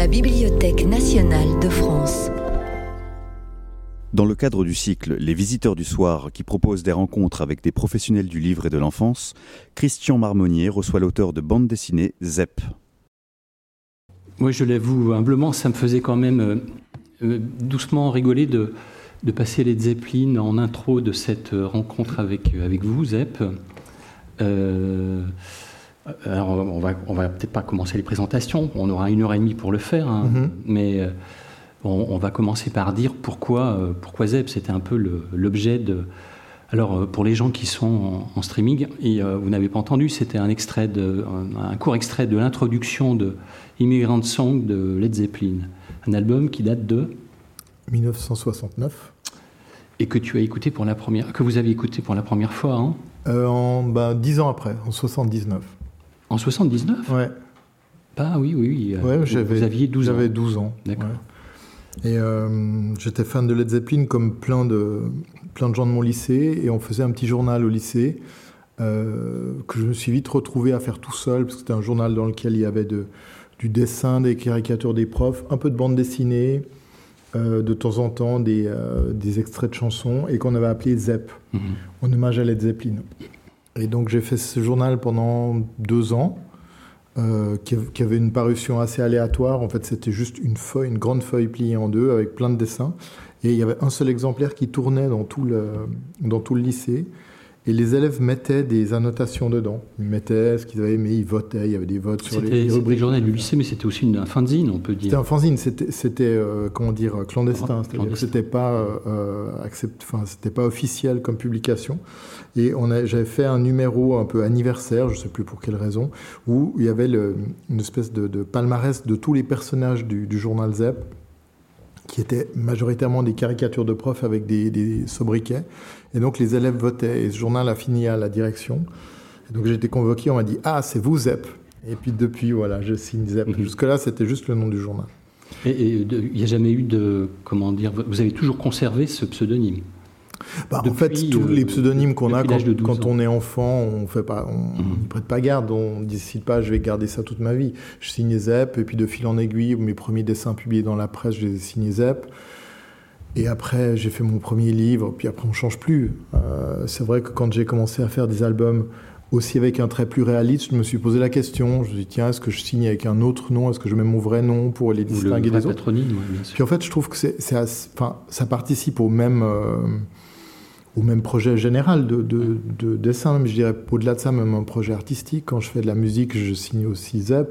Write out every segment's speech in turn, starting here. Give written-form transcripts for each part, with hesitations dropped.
la Bibliothèque nationale de France. Dans le cadre du cycle Les Visiteurs du Soir, qui propose des rencontres avec des professionnels du livre et de l'enfance, Christian Marmonnier reçoit l'auteur de bande dessinée ZEP. Moi, je l'avoue humblement, ça me faisait quand même doucement rigoler de passer les Zeppelin en intro de cette rencontre avec vous, ZEP. Alors, on va peut-être pas commencer les présentations, on aura 1h30 pour le faire, mais on va commencer par dire pourquoi ZEP. C'était un peu l'objet de... Alors, pour les gens qui sont en streaming, et vous n'avez pas entendu, c'était un court extrait de l'introduction de Immigrant Song de Led Zeppelin, un album qui date de 1969. Et que vous avez écouté pour la première fois, hein 10 ans après, en 79. En 79 ? Ouais. Ah oui. Ouais, vous aviez 12 ans. J'avais 12 ans. D'accord. Ouais. Et j'étais fan de Led Zeppelin comme plein de gens de mon lycée. Et on faisait un petit journal au lycée que je me suis vite retrouvé à faire tout seul, parce que c'était un journal dans lequel il y avait du dessin, des caricatures des profs, un peu de bande dessinée, de temps en temps des extraits de chansons, et qu'on avait appelé ZEP, en hommage à Led Zeppelin. Et donc j'ai fait ce journal pendant 2 ans, qui avait une parution assez aléatoire. En fait, c'était juste une grande feuille pliée en 2 avec plein de dessins. Et il y avait un seul exemplaire qui tournait dans tout le lycée. Et les élèves mettaient des annotations dedans. Ils mettaient ce qu'ils avaient aimé, ils votaient, il y avait des votes sur les rubriques. C'était le journal du lycée, mais c'était aussi un fanzine, on peut dire. C'était un fanzine, c'était clandestin. C'est-à-dire que c'était pas c'était pas officiel comme publication. Et j'avais fait un numéro un peu anniversaire, je sais plus pour quelle raison, où il y avait une espèce de palmarès de tous les personnages du journal ZEP, qui étaient majoritairement des caricatures de profs avec des sobriquets. Et donc les élèves votaient, et ce journal a fini à la direction. Et donc j'ai été convoqué, on m'a dit « Ah, c'est vous ZEP !» Et puis depuis, voilà, je signe ZEP. Jusque-là, c'était juste le nom du journal. Et il n'y a jamais eu vous avez toujours conservé ce pseudonyme? En fait, tous les pseudonymes qu'on a quand on est enfant, on n'y prête pas garde, on ne décide pas, je vais garder ça toute ma vie. Je signais ZEP, et puis de fil en aiguille, mes premiers dessins publiés dans la presse, je les ai signés ZEP. Et après, j'ai fait mon premier livre, puis après, on ne change plus. C'est vrai que quand j'ai commencé à faire des albums aussi avec un trait plus réaliste, je me suis posé la question. Je me suis dit, tiens, est-ce que je signe avec un autre nom? Est-ce que je mets mon vrai nom pour les distinguer des autres? Patronyme, bien sûr. Puis en fait, je trouve que ça participe au même projet général de dessin, mais je dirais au-delà de ça, même un projet artistique. Quand je fais de la musique, je signe aussi ZEP.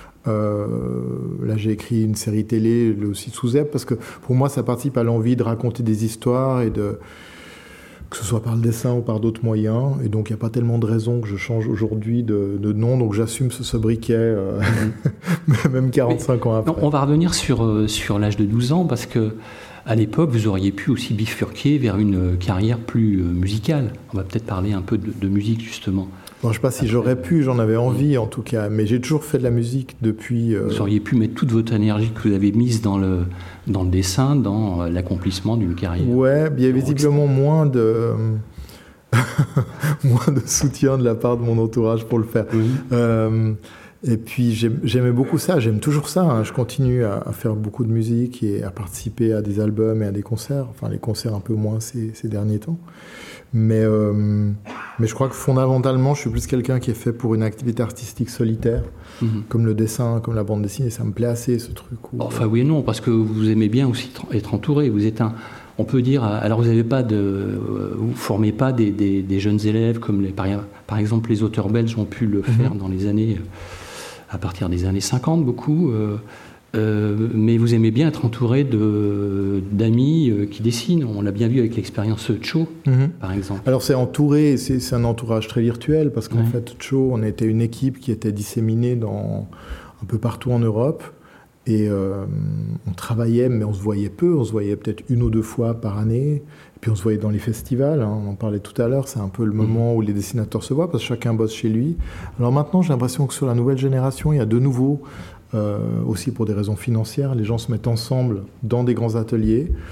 Là, j'ai écrit une série télé aussi sous ZEP, parce que pour moi, ça participe à l'envie de raconter des histoires, et que ce soit par le dessin ou par d'autres moyens. Et donc, il n'y a pas tellement de raisons que je change aujourd'hui de nom, donc j'assume ce sobriquet, même 45 ans après. Non, on va revenir sur l'âge de 12 ans, parce que à l'époque, vous auriez pu aussi bifurquer vers une carrière plus musicale. On va peut-être parler un peu de musique, justement. Bon, je ne sais pas si j'aurais pu, j'en avais envie en tout cas, mais j'ai toujours fait de la musique depuis... Vous auriez pu mettre toute votre énergie que vous avez mise dans le dessin, dans l'accomplissement d'une carrière. Ouais, il y a visiblement moins de soutien de la part de mon entourage pour le faire. Et puis j'aimais beaucoup ça, j'aime toujours ça, hein. Je continue à faire beaucoup de musique et à participer à des albums et à des concerts, enfin les concerts un peu moins ces derniers temps. Mais je crois que fondamentalement, je suis plus quelqu'un qui est fait pour une activité artistique solitaire, comme le dessin, comme la bande dessinée. Ça me plaît assez, ce truc. Enfin oui et non, parce que vous aimez bien aussi être entouré. Vous êtes on peut dire, alors vous vous formez pas des jeunes élèves comme par exemple les auteurs belges ont pu le faire dans les années, à partir des années 50 beaucoup. Mais vous aimez bien être entouré d'amis qui dessinent. On l'a bien vu avec l'expérience Cho, par exemple. Alors c'est entouré, c'est un entourage très virtuel, parce qu'en fait, Cho, on était une équipe qui était disséminée un peu partout en Europe. Et on travaillait, mais on se voyait peu. On se voyait peut-être 1 ou 2 fois par année. Et puis on se voyait dans les festivals, hein, on en parlait tout à l'heure. C'est un peu le moment où les dessinateurs se voient, parce que chacun bosse chez lui. Alors maintenant, j'ai l'impression que sur la nouvelle génération, il y a de nouveau... aussi pour des raisons financières, les gens se mettent ensemble dans des grands ateliers,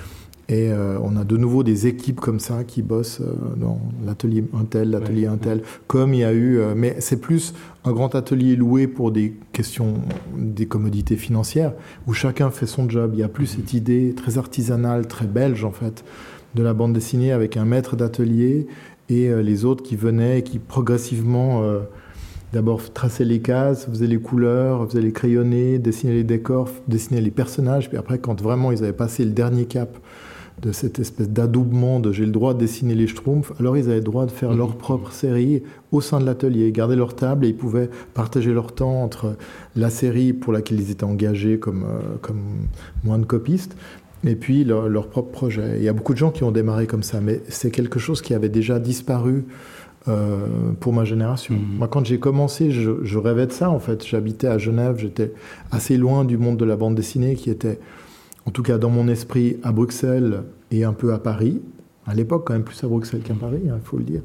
Et on a de nouveau des équipes comme ça qui bossent dans l'atelier Intel, comme il y a eu... mais c'est plus un grand atelier loué pour des questions, des commodités financières, où chacun fait son job. Il y a plus cette idée très artisanale, très belge en fait, de la bande dessinée avec un maître d'atelier et les autres qui venaient et qui progressivement... d'abord traçaient les cases, faisaient les couleurs, faisaient les crayonnés, dessinaient les décors, dessinaient les personnages. Puis après, quand vraiment ils avaient passé le dernier cap de cette espèce d'adoubement de j'ai le droit de dessiner les Schtroumpfs, alors ils avaient le droit de faire leur propre série au sein de l'atelier, garder leur table et ils pouvaient partager leur temps entre la série pour laquelle ils étaient engagés comme moines copistes et puis leur propre projet. Il y a beaucoup de gens qui ont démarré comme ça, mais c'est quelque chose qui avait déjà disparu pour ma génération. Moi, quand j'ai commencé, je rêvais de ça, en fait. J'habitais à Genève, j'étais assez loin du monde de la bande dessinée, qui était, en tout cas dans mon esprit, à Bruxelles et un peu à Paris. À l'époque, quand même plus à Bruxelles qu'à Paris, il faut le dire.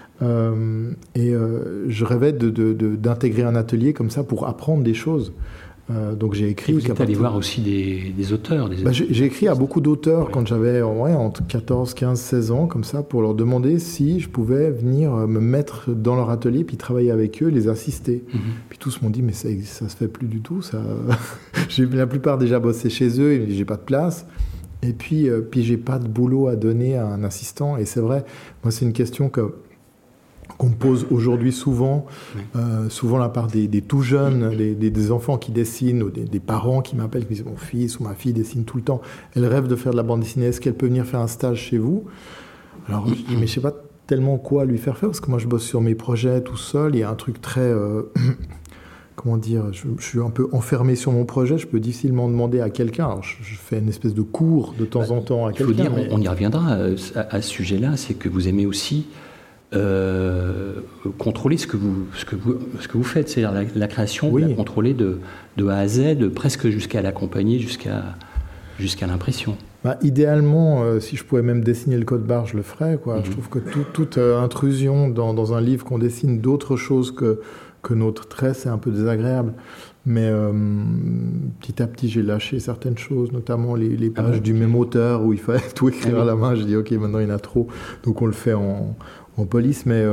Je rêvais d'intégrer un atelier comme ça pour apprendre des choses. Donc j'ai écrit... Et vous êtes allé voir aussi des auteurs j'ai écrit à beaucoup d'auteurs quand j'avais entre 14, 15, 16 ans, comme ça, pour leur demander si je pouvais venir me mettre dans leur atelier, puis travailler avec eux, les assister. Puis tous m'ont dit, mais ça se fait plus du tout. Ça... J'ai la plupart déjà bossé chez eux, et j'ai pas de place. Et puis j'ai pas de boulot à donner à un assistant. Et c'est vrai, moi c'est une question qu'on me pose aujourd'hui souvent, souvent la part des tout jeunes, des enfants qui dessinent, ou des parents qui m'appellent, qui me disent mon fils ou ma fille dessine tout le temps, elle rêve de faire de la bande dessinée, est-ce qu'elle peut venir faire un stage chez vous? Alors je dis, mais je sais pas tellement quoi lui faire parce que moi je bosse sur mes projets tout seul, il y a un truc très... comment dire, je suis un peu enfermé sur mon projet, je peux difficilement demander à quelqu'un. Alors, je fais une espèce de cours de temps en temps à quelqu'un. Il faut dire, on y reviendra à ce sujet-là, c'est que vous aimez aussi contrôler ce que vous faites, c'est-à-dire la création, la contrôler de A à Z, presque jusqu'à l'accompagner, jusqu'à l'impression. Idéalement, si je pouvais même dessiner le code barre, je le ferais. Je trouve que toute intrusion dans un livre qu'on dessine d'autre chose que notre trait, c'est un peu désagréable. Mais petit à petit, j'ai lâché certaines choses, notamment les pages du même auteur où il fallait tout écrire à la main. Je dis, OK, maintenant il y en a trop, donc on le fait en police. Mais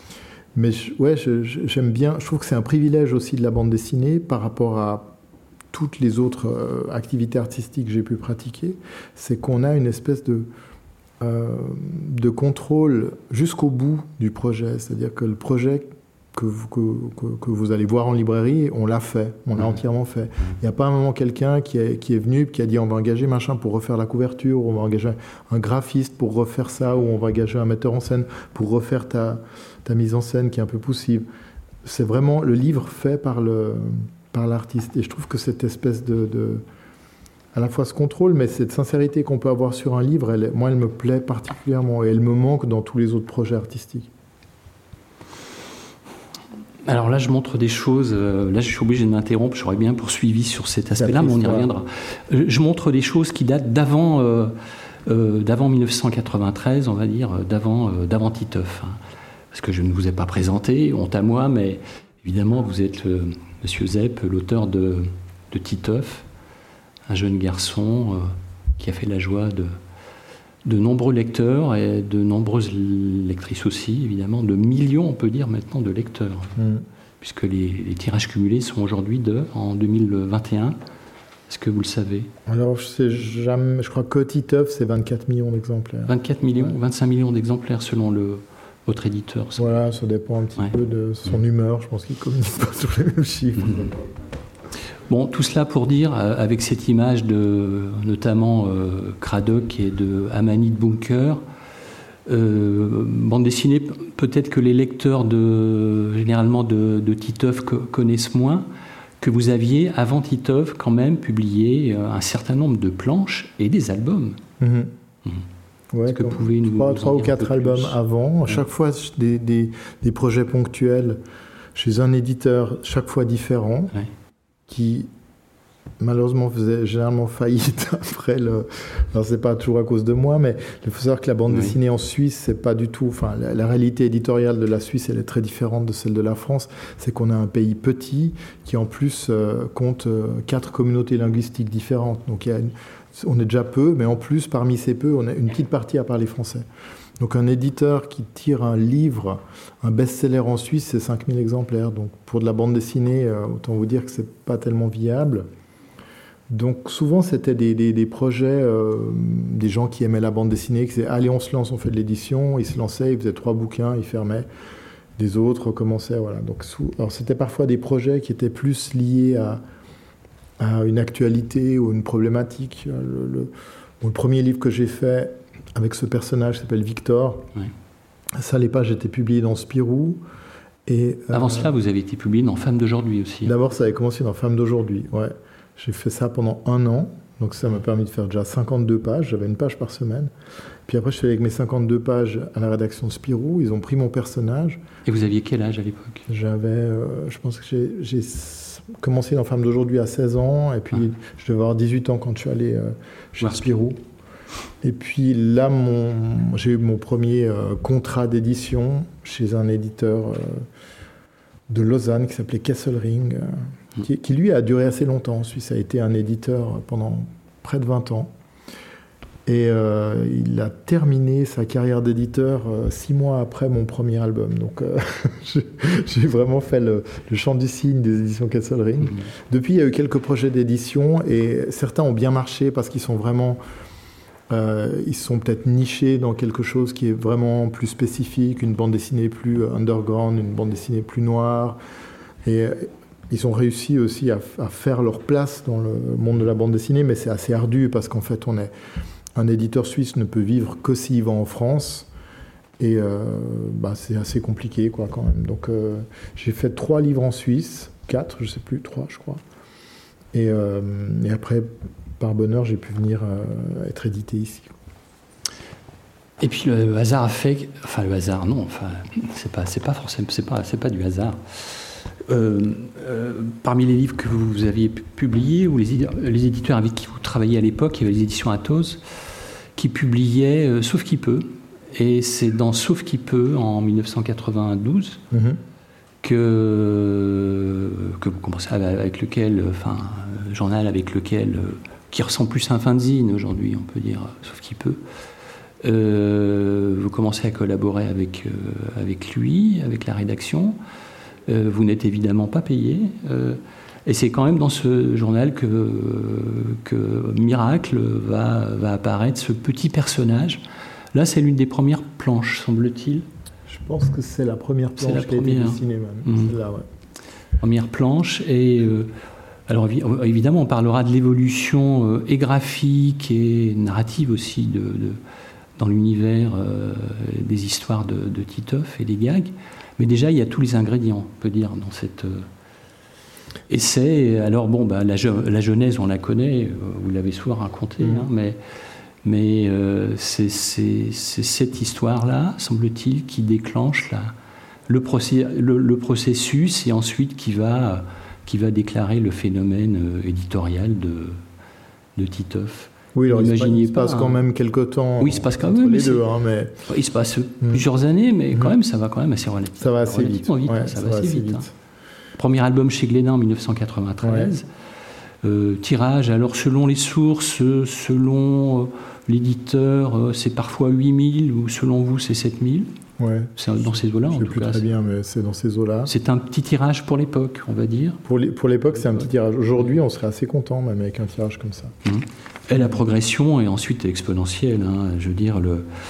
j'aime bien. Je trouve que c'est un privilège aussi de la bande dessinée par rapport à toutes les autres activités artistiques que j'ai pu pratiquer. C'est qu'on a une espèce de contrôle jusqu'au bout du projet. C'est-à-dire que le projet que vous allez voir en librairie, on l'a fait, on l'a entièrement fait. Il n'y a pas un moment quelqu'un qui est venu, qui a dit on va engager machin pour refaire la couverture, on va engager un graphiste pour refaire ça, ou on va engager un metteur en scène pour refaire ta mise en scène qui est un peu poussive. C'est vraiment le livre fait par l'artiste. Et je trouve que cette espèce à la fois ce contrôle, mais cette sincérité qu'on peut avoir sur un livre, moi elle me plaît particulièrement et elle me manque dans tous les autres projets artistiques. Alors là, je montre des choses. Là, je suis obligé de m'interrompre. J'aurais bien poursuivi sur cet aspect-là, mais on y reviendra. Je montre des choses qui datent d'avant 1993, on va dire, d'avant Titeuf. Parce que je ne vous ai pas présenté, honte à moi, mais évidemment, vous êtes Monsieur Zepp, l'auteur de Titeuf, un jeune garçon qui a fait la joie de nombreux lecteurs et de nombreuses lectrices aussi, évidemment, de millions, on peut dire maintenant, de lecteurs. Puisque les tirages cumulés sont aujourd'hui en 2021. Est-ce que vous le savez? Alors, je crois que Titeuf, c'est 24 millions d'exemplaires. 24 millions, 25 millions d'exemplaires selon votre éditeur. Voilà, ça dépend un petit peu de son humeur. Je pense qu'il ne communique pas tous les mêmes chiffres. Bon, tout cela pour dire, avec cette image de notamment Cradock et de Amanit Bunker, bande dessinée, peut-être que les lecteurs généralement de Titeuf connaissent moins, que vous aviez, avant Titeuf, quand même publié un certain nombre de planches et des albums. Ouais, que pouvez nous 3 ou 4 albums avant, à chaque fois des projets ponctuels chez un éditeur, chaque fois différent, qui malheureusement faisait généralement faillite après alors c'est pas toujours à cause de moi, mais il faut savoir que la bande dessinée en Suisse, c'est pas du tout, enfin la réalité éditoriale de la Suisse, elle est très différente de celle de la France. C'est qu'on a un pays petit qui en plus compte 4 communautés linguistiques différentes. Donc on est déjà peu, mais en plus parmi ces peu, on a une petite partie à parler français. Donc un éditeur qui tire un livre, un best-seller en Suisse, c'est 5000 exemplaires. Donc pour de la bande dessinée, autant vous dire que c'est pas tellement viable. Donc souvent c'était des projets, des gens qui aimaient la bande dessinée, qui disaient allez on se lance, on fait de l'édition. Ils se lançaient, ils faisaient 3 bouquins, ils fermaient. Des autres recommençaient, voilà. Donc alors c'était parfois des projets qui étaient plus liés à une actualité ou une problématique. Le premier livre que j'ai fait avec ce personnage s'appelle Victor. Oui. Ça, les pages étaient publiées dans Spirou. Et, avant cela, vous avez été publié dans Femmes d'aujourd'hui aussi. D'abord, ça avait commencé dans Femmes d'aujourd'hui, ouais. J'ai fait ça pendant 1 an, donc ça m'a permis de faire déjà 52 pages. J'avais 1 page par semaine. Puis après, je suis allé avec mes 52 pages à la rédaction de Spirou. Ils ont pris mon personnage. Et vous aviez quel âge à l'époque ? J'avais, je pense que j'ai commencé dans Femmes d'aujourd'hui à 16 ans, et puis je devais avoir 18 ans quand je suis allé chez Spirou. Et puis là, j'ai eu mon premier contrat d'édition chez un éditeur de Lausanne qui s'appelait Kesselring, qui lui a duré assez longtemps en Suisse. A été un éditeur pendant près de 20 ans. Et il a terminé sa carrière d'éditeur 6 mois après mon premier album. Donc j'ai vraiment fait le chant du cygne des éditions Kesselring. Depuis, il y a eu quelques projets d'édition et certains ont bien marché parce qu'ils sont vraiment... ils sont peut-être nichés dans quelque chose qui est vraiment plus spécifique, une bande dessinée plus underground, une bande dessinée plus noire. Et ils ont réussi aussi à faire leur place dans le monde de la bande dessinée, mais c'est assez ardu parce qu'en fait, un éditeur suisse ne peut vivre que s'il va en France. Et c'est assez compliqué quoi, quand même. Donc j'ai fait 3 livres en Suisse, 4, je ne sais plus, 3 je crois. Et après... Par bonheur, j'ai pu venir être édité ici. Et puis le hasard a fait, enfin le hasard, non, enfin c'est pas forcément, c'est pas du hasard. Parmi les livres que vous aviez publiés ou les éditeurs avec qui vous travailliez à l'époque, il y avait les éditions Athos qui publiaient Sauf qui peut, et c'est dans Sauf qui peut en 1992 que vous commencez avec lequel, journal avec lequel qui ressemble plus à un fanzine aujourd'hui, on peut dire, sauf qu'il peut. Vous commencez à collaborer avec lui, avec la rédaction. Vous n'êtes évidemment pas payé. Et c'est quand même dans ce journal que Miracle va apparaître, ce petit personnage. Là, c'est l'une des premières planches, semble-t-il. Je pense que c'est la première planche qui a été dessinée, même. C'est là, ouais. Première planche, et... alors évidemment, on parlera de l'évolution et graphique et narrative aussi dans l'univers des histoires de Titeuf et des gags. Mais déjà, il y a tous les ingrédients, on peut dire, dans cette... Et c'est... Alors la genèse, on la connaît, vous l'avez souvent raconté, mais c'est cette histoire-là, semble-t-il, qui déclenche le processus et ensuite qui va déclarer le phénomène éditorial de Titeuf. Oui, alors il se passe quand même quelques temps. Oui, il se passe quand même. Les deux, mais... Il se passe plusieurs années, mais quand même, ça va quand même assez relativement vite. Ça va assez vite. Ouais, ça va assez vite. Premier album chez Glénat en 1993. Tirage, alors selon les sources, selon l'éditeur, c'est parfois 8000 ou selon vous, c'est 7000. Ouais. C'est dans ces eaux-là, en tout cas. Je ne sais plus très bien, mais c'est dans ces eaux-là. C'est un petit tirage pour l'époque, on va dire. Pour l'époque, c'est un petit tirage. Aujourd'hui, on serait assez content, même avec un tirage comme ça. Et la progression est ensuite exponentielle. Je veux dire,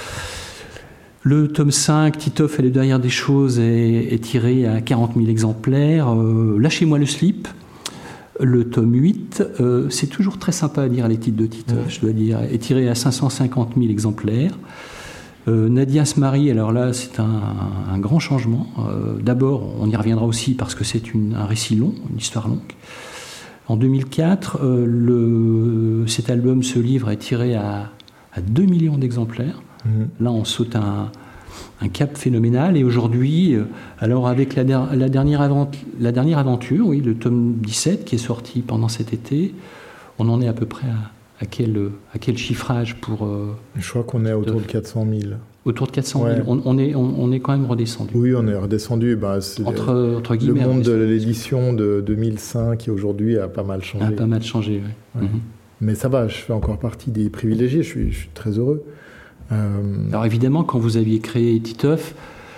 le tome 5, Titeuf et le derrière des choses, est tiré à 40 000 exemplaires. Lâchez-moi le slip. Le tome 8, c'est toujours très sympa à lire les titres de Titeuf, je dois dire, est tiré à 550 000 exemplaires. Nadia se marie, alors là c'est un grand changement. D'abord, on y reviendra aussi parce que c'est un récit long, une histoire longue. En 2004, cet album, ce livre est tiré à 2 millions d'exemplaires. Là on saute cap phénoménal. Et aujourd'hui, alors avec la dernière aventure, oui, le tome 17 qui est sorti pendant cet été, on en est à peu près à quel chiffrage pour... Je crois qu'on est autour de 400 000. Autour de 400 000. Ouais. On est quand même redescendu. Oui, on est redescendu. C'est entre guillemets, le monde de l'édition de 2005 et aujourd'hui a pas mal changé. A pas mal changé, oui. Ouais. Mais ça va, je fais encore partie des privilégiés, je suis très heureux. Alors évidemment, quand vous aviez créé Titeuf,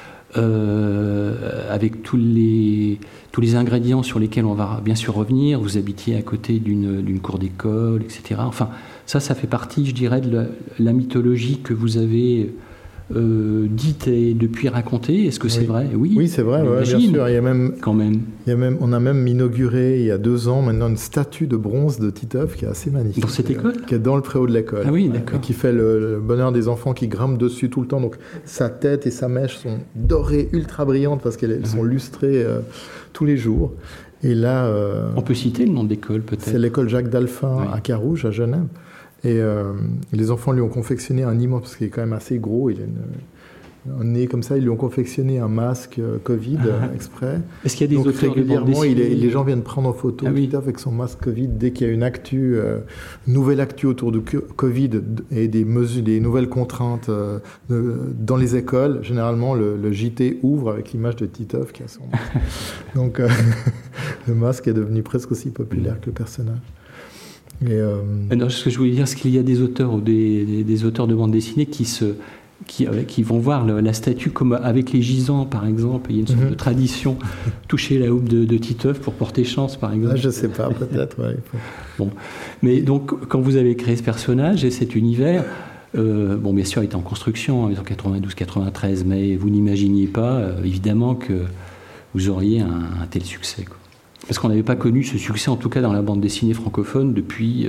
avec tous les ingrédients sur lesquels on va bien sûr revenir, vous habitiez à côté d'une cour d'école, etc. Enfin, ça fait partie, je dirais, de la mythologie que vous avez dite et depuis racontée. Est-ce que c'est vrai? Oui, c'est vrai, bien sûr. Il y a même, on a même inauguré il y a 2 ans maintenant une statue de bronze de Titeuf qui est assez magnifique. Dans cette école? Qui est dans le préau de l'école. Ah oui, d'accord. Qui fait le bonheur des enfants qui grimpent dessus tout le temps. Donc sa tête et sa mèche sont dorées, ultra brillantes parce qu'elles sont lustrées tous les jours. Et là... on peut citer le nom de l'école peut-être? C'est l'école Jacques Dalphin à Carouge, à Genève. Et les enfants lui ont confectionné un immense, parce qu'il est quand même assez gros, il a un nez comme ça, ils lui ont confectionné un masque Covid exprès. Est-ce qu'il y a des auteurs régulièrement, les gens viennent prendre en photo avec son masque Covid dès qu'il y a une nouvelle actu autour de Covid et des nouvelles contraintes dans les écoles. Généralement, le JT ouvre avec l'image de Titeuf qui a son masque. Donc le masque est devenu presque aussi populaire que le personnage. Non, ce que je voulais dire, c'est qu'il y a des auteurs ou des auteurs de bande dessinée qui vont voir la statue comme avec les gisants, par exemple. Il y a une sorte de tradition, toucher la houppe de Titeuf pour porter chance, par exemple. Je ne sais pas, peut-être. Ouais, Bon. Mais donc, quand vous avez créé ce personnage et cet univers, bien sûr, il était en construction en 1992-93, mais vous n'imaginiez pas, évidemment, que vous auriez un tel succès, quoi. Parce qu'on n'avait pas connu ce succès, en tout cas dans la bande dessinée francophone, depuis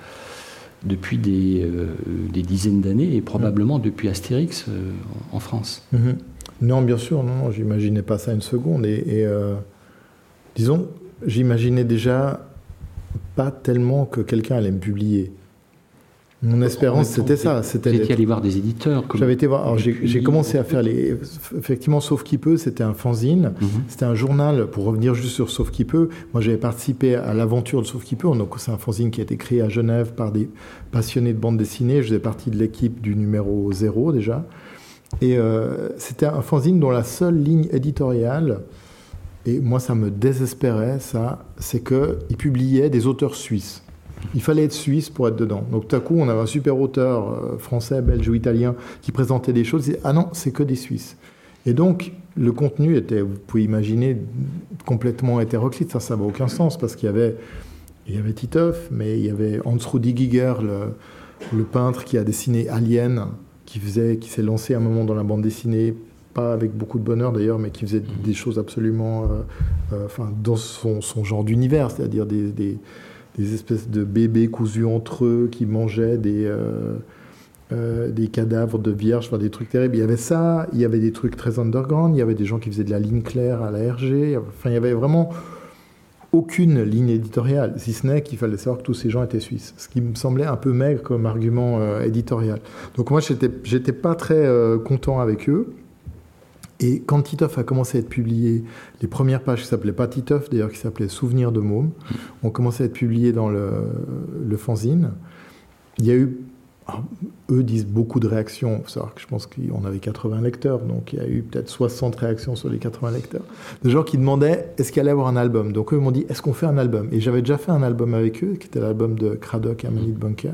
des dizaines d'années, et probablement depuis Astérix en France. Non, bien sûr, non, j'imaginais pas ça une seconde. Disons, j'imaginais déjà pas tellement que quelqu'un allait me publier. Mon espérance, c'était ça. Vous étiez allé voir des éditeurs. J'avais été voir. Alors, j'ai commencé à faire effectivement, Sauf qui peut, c'était un fanzine. C'était un journal, pour revenir juste sur Sauf qui peut. Moi, j'avais participé à l'aventure de Sauf qui peut. Donc, c'est un fanzine qui a été créé à Genève par des passionnés de bande dessinée. Je faisais partie de l'équipe du numéro 0 déjà. Et c'était un fanzine dont la seule ligne éditoriale, et moi, ça me désespérait, c'est qu'il publiait des auteurs suisses. Il fallait être suisse pour être dedans. Donc tout à coup, on avait un super auteur français, belge ou italien qui présentait des choses. Ah non, c'est que des Suisses. Et donc, le contenu était, vous pouvez imaginer, complètement hétéroclite. Ça n'avait aucun sens parce qu'il y avait Titeuf, mais il y avait Hans Rudi Giger, le peintre qui a dessiné Alien, qui s'est lancé à un moment dans la bande dessinée, pas avec beaucoup de bonheur d'ailleurs, mais qui faisait des choses absolument... dans son genre d'univers, c'est-à-dire des espèces de bébés cousus entre eux qui mangeaient des cadavres de vierges, des trucs terribles. Il y avait ça, il y avait des trucs très underground, il y avait des gens qui faisaient de la ligne claire à la RG. Enfin, il y avait vraiment aucune ligne éditoriale, si ce n'est qu'il fallait savoir que tous ces gens étaient suisses, ce qui me semblait un peu maigre comme argument éditorial. Donc moi, j'étais pas très content avec eux. Et quand Titeuf a commencé à être publié, les premières pages qui s'appelaient pas Titeuf, d'ailleurs, qui s'appelaient Souvenirs de môme, ont commencé à être publiées dans le fanzine. Il y a eu, eux disent beaucoup de réactions. Il faut savoir que je pense qu'on avait 80 lecteurs, donc il y a eu peut-être 60 réactions sur les 80 lecteurs. De gens qui demandaient est-ce qu'il allait y avoir un album. Donc eux m'ont dit est-ce qu'on fait un album. Et j'avais déjà fait un album avec eux, qui était l'album de Cradock et Amélie de Bunker.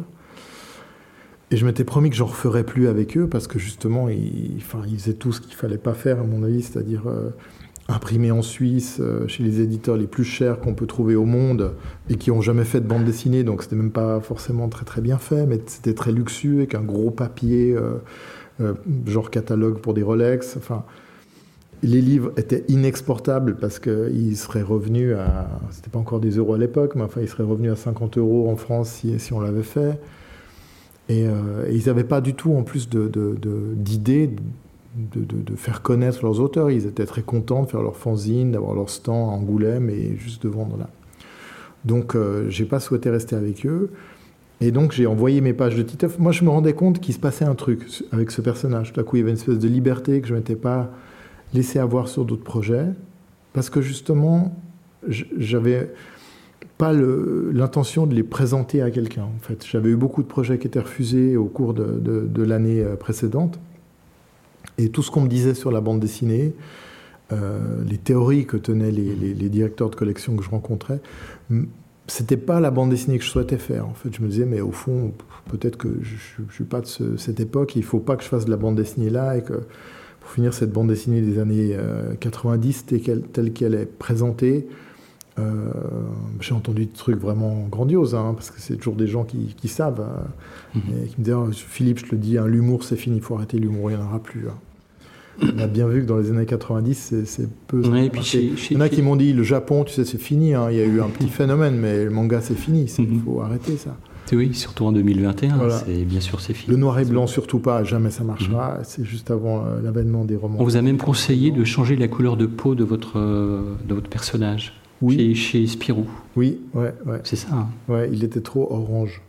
Et je m'étais promis que j'en referais plus avec eux parce que justement, ils faisaient tout ce qu'il fallait pas faire, à mon avis, c'est-à-dire imprimer en Suisse, chez les éditeurs les plus chers qu'on peut trouver au monde et qui n'ont jamais fait de bande dessinée, donc c'était même pas forcément très très bien fait, mais c'était très luxueux avec un gros papier, genre catalogue pour des Rolex. Enfin, les livres étaient inexportables parce qu'ils seraient revenus à, c'était pas encore des euros à l'époque, mais enfin ils seraient revenus à 50 € en France si on l'avait fait. Et ils n'avaient pas du tout, en plus, d'idée de faire connaître leurs auteurs. Ils étaient très contents de faire leur fanzine, d'avoir leur stand à Angoulême et juste de vendre là. Donc, je n'ai pas souhaité rester avec eux. Et donc, j'ai envoyé mes pages de Titeuf. Moi, je me rendais compte qu'il se passait un truc avec ce personnage. Tout à coup, il y avait une espèce de liberté que je ne m'étais pas laissé avoir sur d'autres projets. Parce que justement, j'avais pas l'intention de les présenter à quelqu'un. En fait, j'avais eu beaucoup de projets qui étaient refusés au cours de l'année précédente. Et tout ce qu'on me disait sur la bande dessinée, les théories que tenaient les directeurs de collection que je rencontrais, c'était pas la bande dessinée que je souhaitais faire. En fait, je me disais, mais au fond, peut-être que je suis pas de cette époque, il faut pas que je fasse de la bande dessinée là, et que pour finir, cette bande dessinée des années 90, telle qu'elle est présentée, j'ai entendu des trucs vraiment grandioses, hein, parce que c'est toujours des gens qui savent, et qui me disaient, oh, Philippe, je te le dis, hein, l'humour c'est fini, il faut arrêter l'humour, il n'y en aura plus. Hein. On a bien vu que dans les années 90, c'est peu... Ouais, puis il y en a qui m'ont dit, le Japon, tu sais, c'est fini, hein, il y a eu un petit phénomène, mais le manga c'est fini, il faut arrêter ça. Oui, surtout en 2021, voilà. Bien sûr c'est fini. Le noir et blanc surtout pas, jamais ça marchera, c'est juste avant l'avènement des romans. On vous a même conseillé de changer la couleur de peau de votre personnage. Oui. Chez Spirou. Oui, ouais. C'est ça. Hein. Ouais, il était trop orange.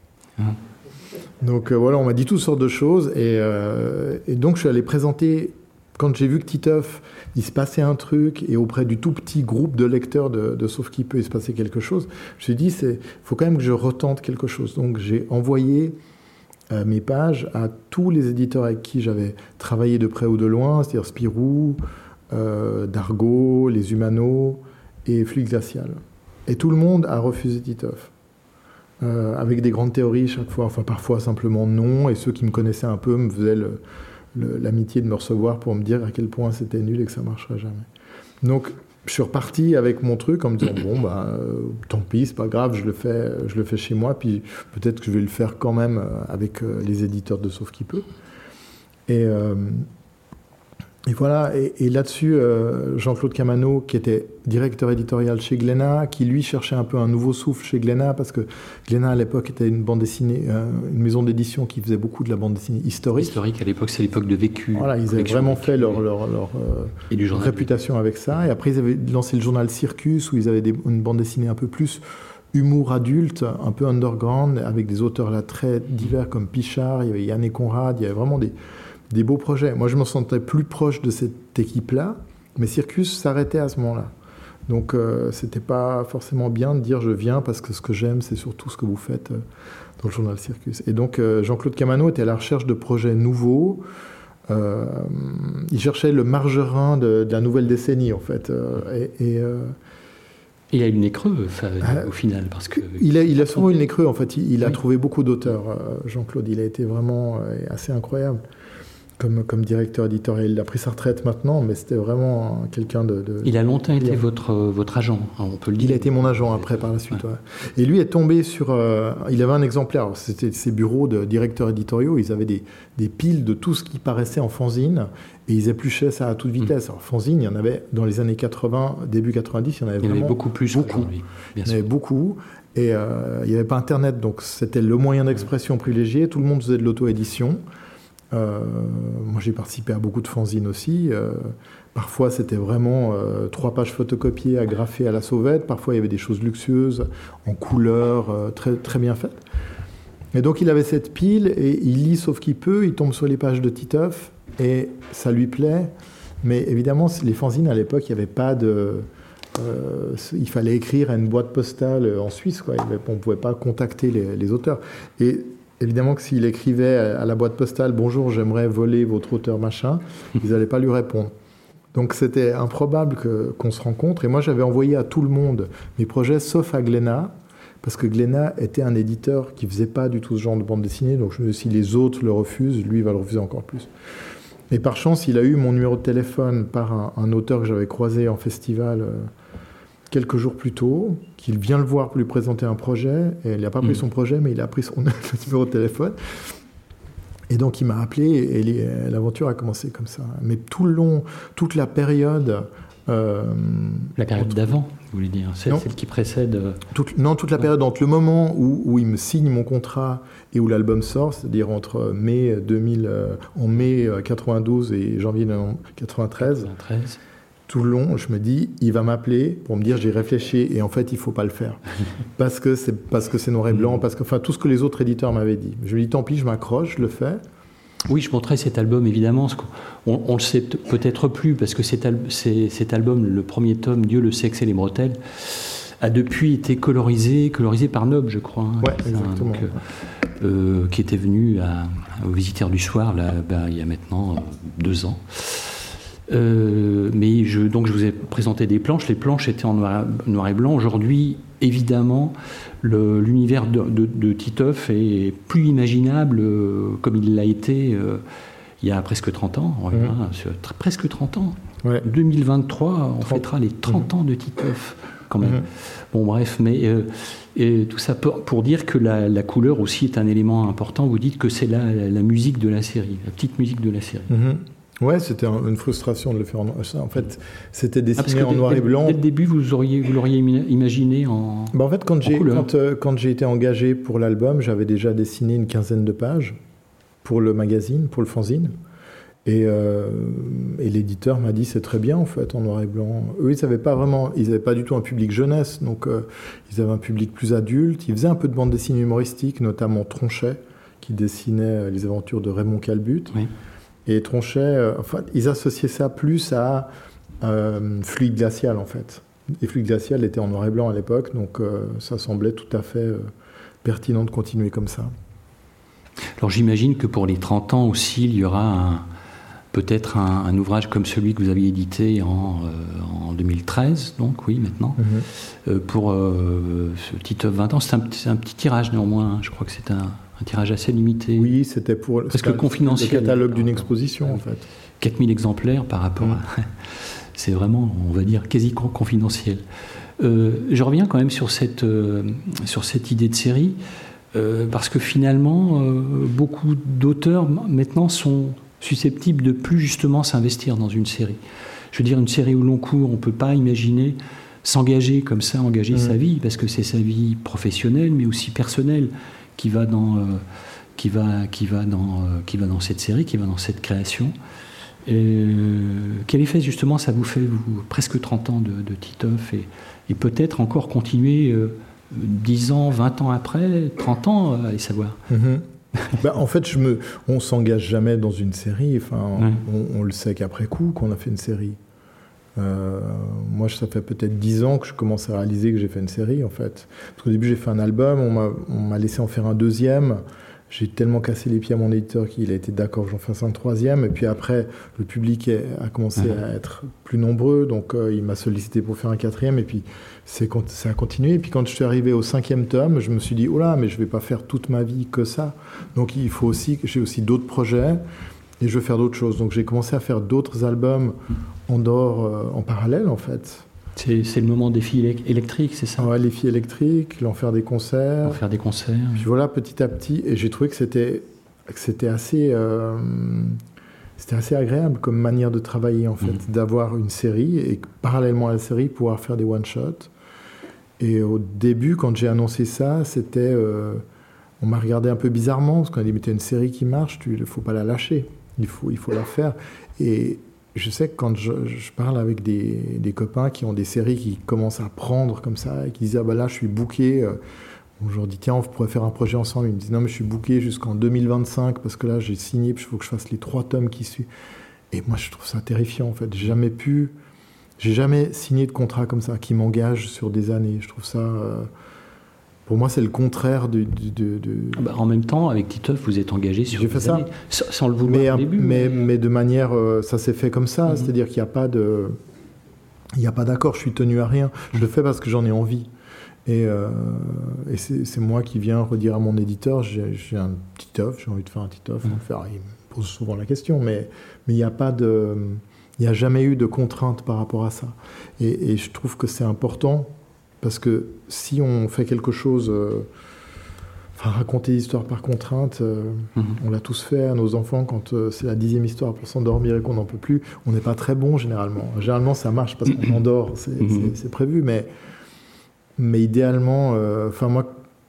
Donc voilà, on m'a dit toutes sortes de choses. Et donc je suis allé présenter, quand j'ai vu que Titeuf, il se passait un truc, et auprès du tout petit groupe de lecteurs de Sauf qui peut, il se passait quelque chose, je me suis dit, il faut quand même que je retente quelque chose. Donc j'ai envoyé mes pages à tous les éditeurs avec qui j'avais travaillé de près ou de loin, c'est-à-dire Spirou, Dargaud, Les Humanos, et Fluide Glacial. Et tout le monde a refusé Titeuf. Avec des grandes théories chaque fois, enfin parfois simplement non, et ceux qui me connaissaient un peu me faisaient l'amitié de me recevoir pour me dire à quel point c'était nul et que ça ne marcherait jamais. Donc je suis reparti avec mon truc en me disant bon, tant pis, c'est pas grave, je le fais chez moi, puis peut-être que je vais le faire quand même avec les éditeurs de Sauf qui peut. Et voilà, et là-dessus, Jean-Claude Camano, qui était directeur éditorial chez Glénat, qui lui cherchait un peu un nouveau souffle chez Glénat, parce que Glénat à l'époque était une bande dessinée, une maison d'édition qui faisait beaucoup de la bande dessinée historique. Historique à l'époque, c'est l'époque de Vécu. Voilà, ils avaient vraiment fait leur réputation avec ça. Et après, ils avaient lancé le journal Circus, où ils avaient une bande dessinée un peu plus humour adulte, un peu underground, avec des auteurs là très divers comme Pichard, il y avait Yann et Conrad, il y avait vraiment des beaux projets. Moi, je me sentais plus proche de cette équipe-là, mais Circus s'arrêtait à ce moment-là. Donc, c'était pas forcément bien de dire je viens parce que ce que j'aime, c'est surtout ce que vous faites dans le journal Circus. Et donc, Jean-Claude Camano était à la recherche de projets nouveaux. Il cherchait le margerin de la nouvelle décennie, en fait. Il a eu le nez creux, au final, parce que... Il a souvent eu le nez creux, en fait. Il a trouvé beaucoup d'auteurs, Jean-Claude. Il a été vraiment assez incroyable. Comme directeur éditorial. Il a pris sa retraite maintenant, mais c'était vraiment quelqu'un de... Il a longtemps été votre agent, on peut le dire. Il a été mon agent après, par la suite. Ouais. Et lui est tombé sur... il avait un exemplaire, c'était ses bureaux de directeurs éditoriaux, ils avaient des piles de tout ce qui paraissait en fanzine, et ils épluchaient ça à toute vitesse. Alors, fanzine, il y en avait dans les années 80, début 90, il y en avait vraiment... Il y en avait beaucoup plus qu'aujourd'hui, bien sûr. Il y en avait beaucoup, et il n'y avait pas Internet, donc c'était le moyen d'expression privilégié, tout le monde faisait de l'auto-édition. Moi, j'ai participé à beaucoup de fanzines aussi. Parfois, c'était vraiment 3 pages photocopiées, agrafées à la sauvette. Parfois, il y avait des choses luxueuses, en couleur, très, très bien faites. Et donc, il avait cette pile, et il lit Sauf qui peut, il tombe sur les pages de Titeuf, et ça lui plaît. Mais évidemment, les fanzines, à l'époque, il n'y avait pas de... il fallait écrire à une boîte postale en Suisse, quoi. On ne pouvait pas contacter les auteurs. Et évidemment que s'il écrivait à la boîte postale « Bonjour, j'aimerais voler votre auteur machin », ils n'allaient pas lui répondre. Donc c'était improbable qu'on se rencontre. Et moi, j'avais envoyé à tout le monde mes projets, sauf à Glénat, parce que Glénat était un éditeur qui ne faisait pas du tout ce genre de bande dessinée. Donc si les autres le refusent, lui, il va le refuser encore plus. Et par chance, il a eu mon numéro de téléphone par un auteur que j'avais croisé en festival quelques jours plus tôt, qu'il vient le voir pour lui présenter un projet, et il n'a pas pris son projet, mais il a pris son numéro de téléphone. Et donc il m'a appelé, et l'aventure a commencé comme ça. Mais tout le long, toute la période... la période d'avant, vous voulez dire, celle qui précède... toute la période entre le moment où il me signe mon contrat et où l'album sort, c'est-à-dire entre mai 92 et janvier 93. tout le long, je me dis, il va m'appeler pour me dire j'ai réfléchi et en fait il faut pas le faire parce que c'est noir et blanc, parce que enfin tout ce que les autres éditeurs m'avaient dit. Je me dis tant pis, je m'accroche, je le fais. Oui, je montrais cet album évidemment. On le sait peut-être plus parce que cet album, le premier tome, Dieu, le sexe et les bretelles, a depuis été colorisé par Nob, je crois. Ouais, exactement. Donc, qui était venu aux Visiteurs du Soir là, il y a maintenant 2 ans. Mais je vous ai présenté des planches. Les planches étaient en noir et blanc. Aujourd'hui, évidemment, l'univers de Titeuf est plus imaginable comme il l'a été il y a presque 30 ans. Presque 30 ans. Ouais. 2023, on fêtera les 30 ans de Titeuf, quand même. Bon, bref, mais et tout ça pour dire que la couleur aussi est un élément important. Vous dites que c'est la musique de la série, la petite musique de la série. Ouais, c'était une frustration de le faire en noir. En fait, c'était dessiné en noir et blanc. Dès le début, vous l'auriez imaginé en en fait, quand j'ai été engagé pour l'album, j'avais déjà dessiné une 15aine de pages pour le magazine, pour le fanzine. Et l'éditeur m'a dit c'est très bien en fait en noir et blanc. Eux ils n'avaient pas du tout un public jeunesse, donc ils avaient un public plus adulte. Ils faisaient un peu de bande dessinée humoristique, notamment Tronchet qui dessinait les aventures de Raymond Calbut. Oui. Et Tronchet, ils associaient ça plus à Fluide Glacial en fait. Et Fluide Glacial était en noir et blanc à l'époque, donc ça semblait tout à fait pertinent de continuer comme ça. Alors j'imagine que pour les 30 ans aussi, il y aura peut-être un ouvrage comme celui que vous aviez édité en 2013, donc oui, maintenant, pour ce Titeuf 20 ans. C'est un petit tirage néanmoins, je crois que c'est un tirage assez limité. Oui, c'était pour parce que confidentiel, le catalogue d'une exposition en fait. 4000 exemplaires par rapport à... C'est vraiment, on va dire, quasi confidentiel. Je reviens quand même sur cette idée de série, parce que finalement, beaucoup d'auteurs maintenant sont susceptibles de plus justement s'investir dans une série. Je veux dire, une série au long cours, on ne peut pas imaginer s'engager comme ça, engager sa vie, parce que c'est sa vie professionnelle, mais aussi personnelle, qui va dans cette série, qui va dans cette création. Quel effet justement ça vous fait, vous, presque 30 ans de Titeuf, et peut-être encore continuer 10 ans, 20 ans après, 30 ans, allez savoir. En fait, on ne s'engage jamais dans une série. Enfin, on le sait qu'après coup, qu'on a fait une série. Moi, ça fait peut-être 10 ans que je commence à réaliser que j'ai fait une série, en fait. Parce qu'au début, j'ai fait un album, on m'a laissé en faire un deuxième. J'ai tellement cassé les pieds à mon éditeur qu'il a été d'accord que j'en fasse un troisième. Et puis après, le public a commencé à être plus nombreux. Donc, il m'a sollicité pour faire un quatrième. Et puis, ça a continué. Et puis, quand je suis arrivé au 5e tome, je me suis dit, oh là, mais je ne vais pas faire toute ma vie que ça. Donc, j'ai aussi d'autres projets. Et je veux faire d'autres choses. Donc, j'ai commencé à faire d'autres albums en dehors, en parallèle, en fait. C'est le moment des filles électriques, c'est ça ? Ouais, les filles électriques, l'enfer des concerts. L'enfer des concerts. Puis voilà, petit à petit, et j'ai trouvé que c'était assez agréable comme manière de travailler, en fait, d'avoir une série et parallèlement à la série, pouvoir faire des one-shots. Et au début, quand j'ai annoncé ça, c'était... on m'a regardé un peu bizarrement, parce qu'on a dit, mais t'as une série qui marche, il ne faut pas la lâcher, il faut la faire. Et je sais que quand je parle avec des copains qui ont des séries qui commencent à prendre comme ça, et qui disent, ah ben là, je suis booké, je leur dis, tiens, on pourrait faire un projet ensemble. Ils me disent, non, mais je suis booké jusqu'en 2025, parce que là, j'ai signé, puis il faut que je fasse les 3 tomes qui suivent. Et moi, je trouve ça terrifiant, en fait. J'ai jamais signé de contrat comme ça, qui m'engage sur des années. Je trouve ça... Pour moi, c'est le contraire de... En même temps, avec Titeuf, vous êtes engagé sur des années, sans le vouloir au début. Mais de manière... ça s'est fait comme ça, c'est-à-dire qu'il n'y a pas d'accord, je suis tenu à rien. Je le fais parce que j'en ai envie. Et c'est moi qui viens redire à mon éditeur, j'ai un Titeuf, j'ai envie de faire un Titeuf. Il me pose souvent la question, mais il n'y a pas de... Il n'y a jamais eu de contrainte par rapport à ça. Et je trouve que c'est important... Parce que si on fait quelque chose, raconter l'histoire par contrainte, on l'a tous fait à nos enfants quand c'est la 10e histoire pour s'endormir et qu'on n'en peut plus. On n'est pas très bon généralement. Généralement, ça marche parce qu'on endort, c'est prévu. Mais idéalement, moi,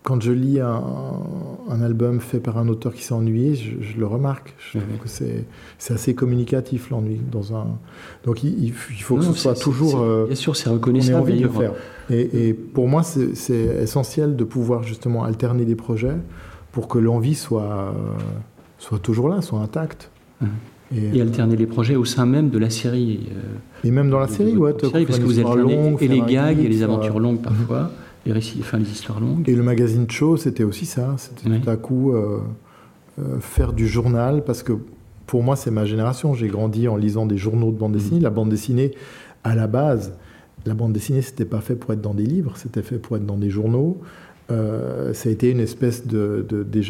quand je lis un album fait par un auteur qui s'est ennuyé, je le remarque. Je trouve que c'est assez communicatif, l'ennui. Donc il faut que ce soit toujours... bien sûr, c'est reconnaissable. On ait envie de le faire. Et pour moi, c'est essentiel de pouvoir justement alterner des projets pour que l'envie soit toujours là, soit intacte. Et alterner les projets au sein même de la série. Et même dans la série, parce que vous alternez et les gags et les aventures longues parfois. Les récits, les histoires longues. Et le magazine Cho, c'était aussi ça. C'était tout à coup faire du journal, parce que pour moi, c'est ma génération. J'ai grandi en lisant des journaux de bande dessinée. La bande dessinée, à la base, la bande dessinée, c'était pas fait pour être dans des livres, c'était fait pour être dans des journaux. Ça a été une espèce de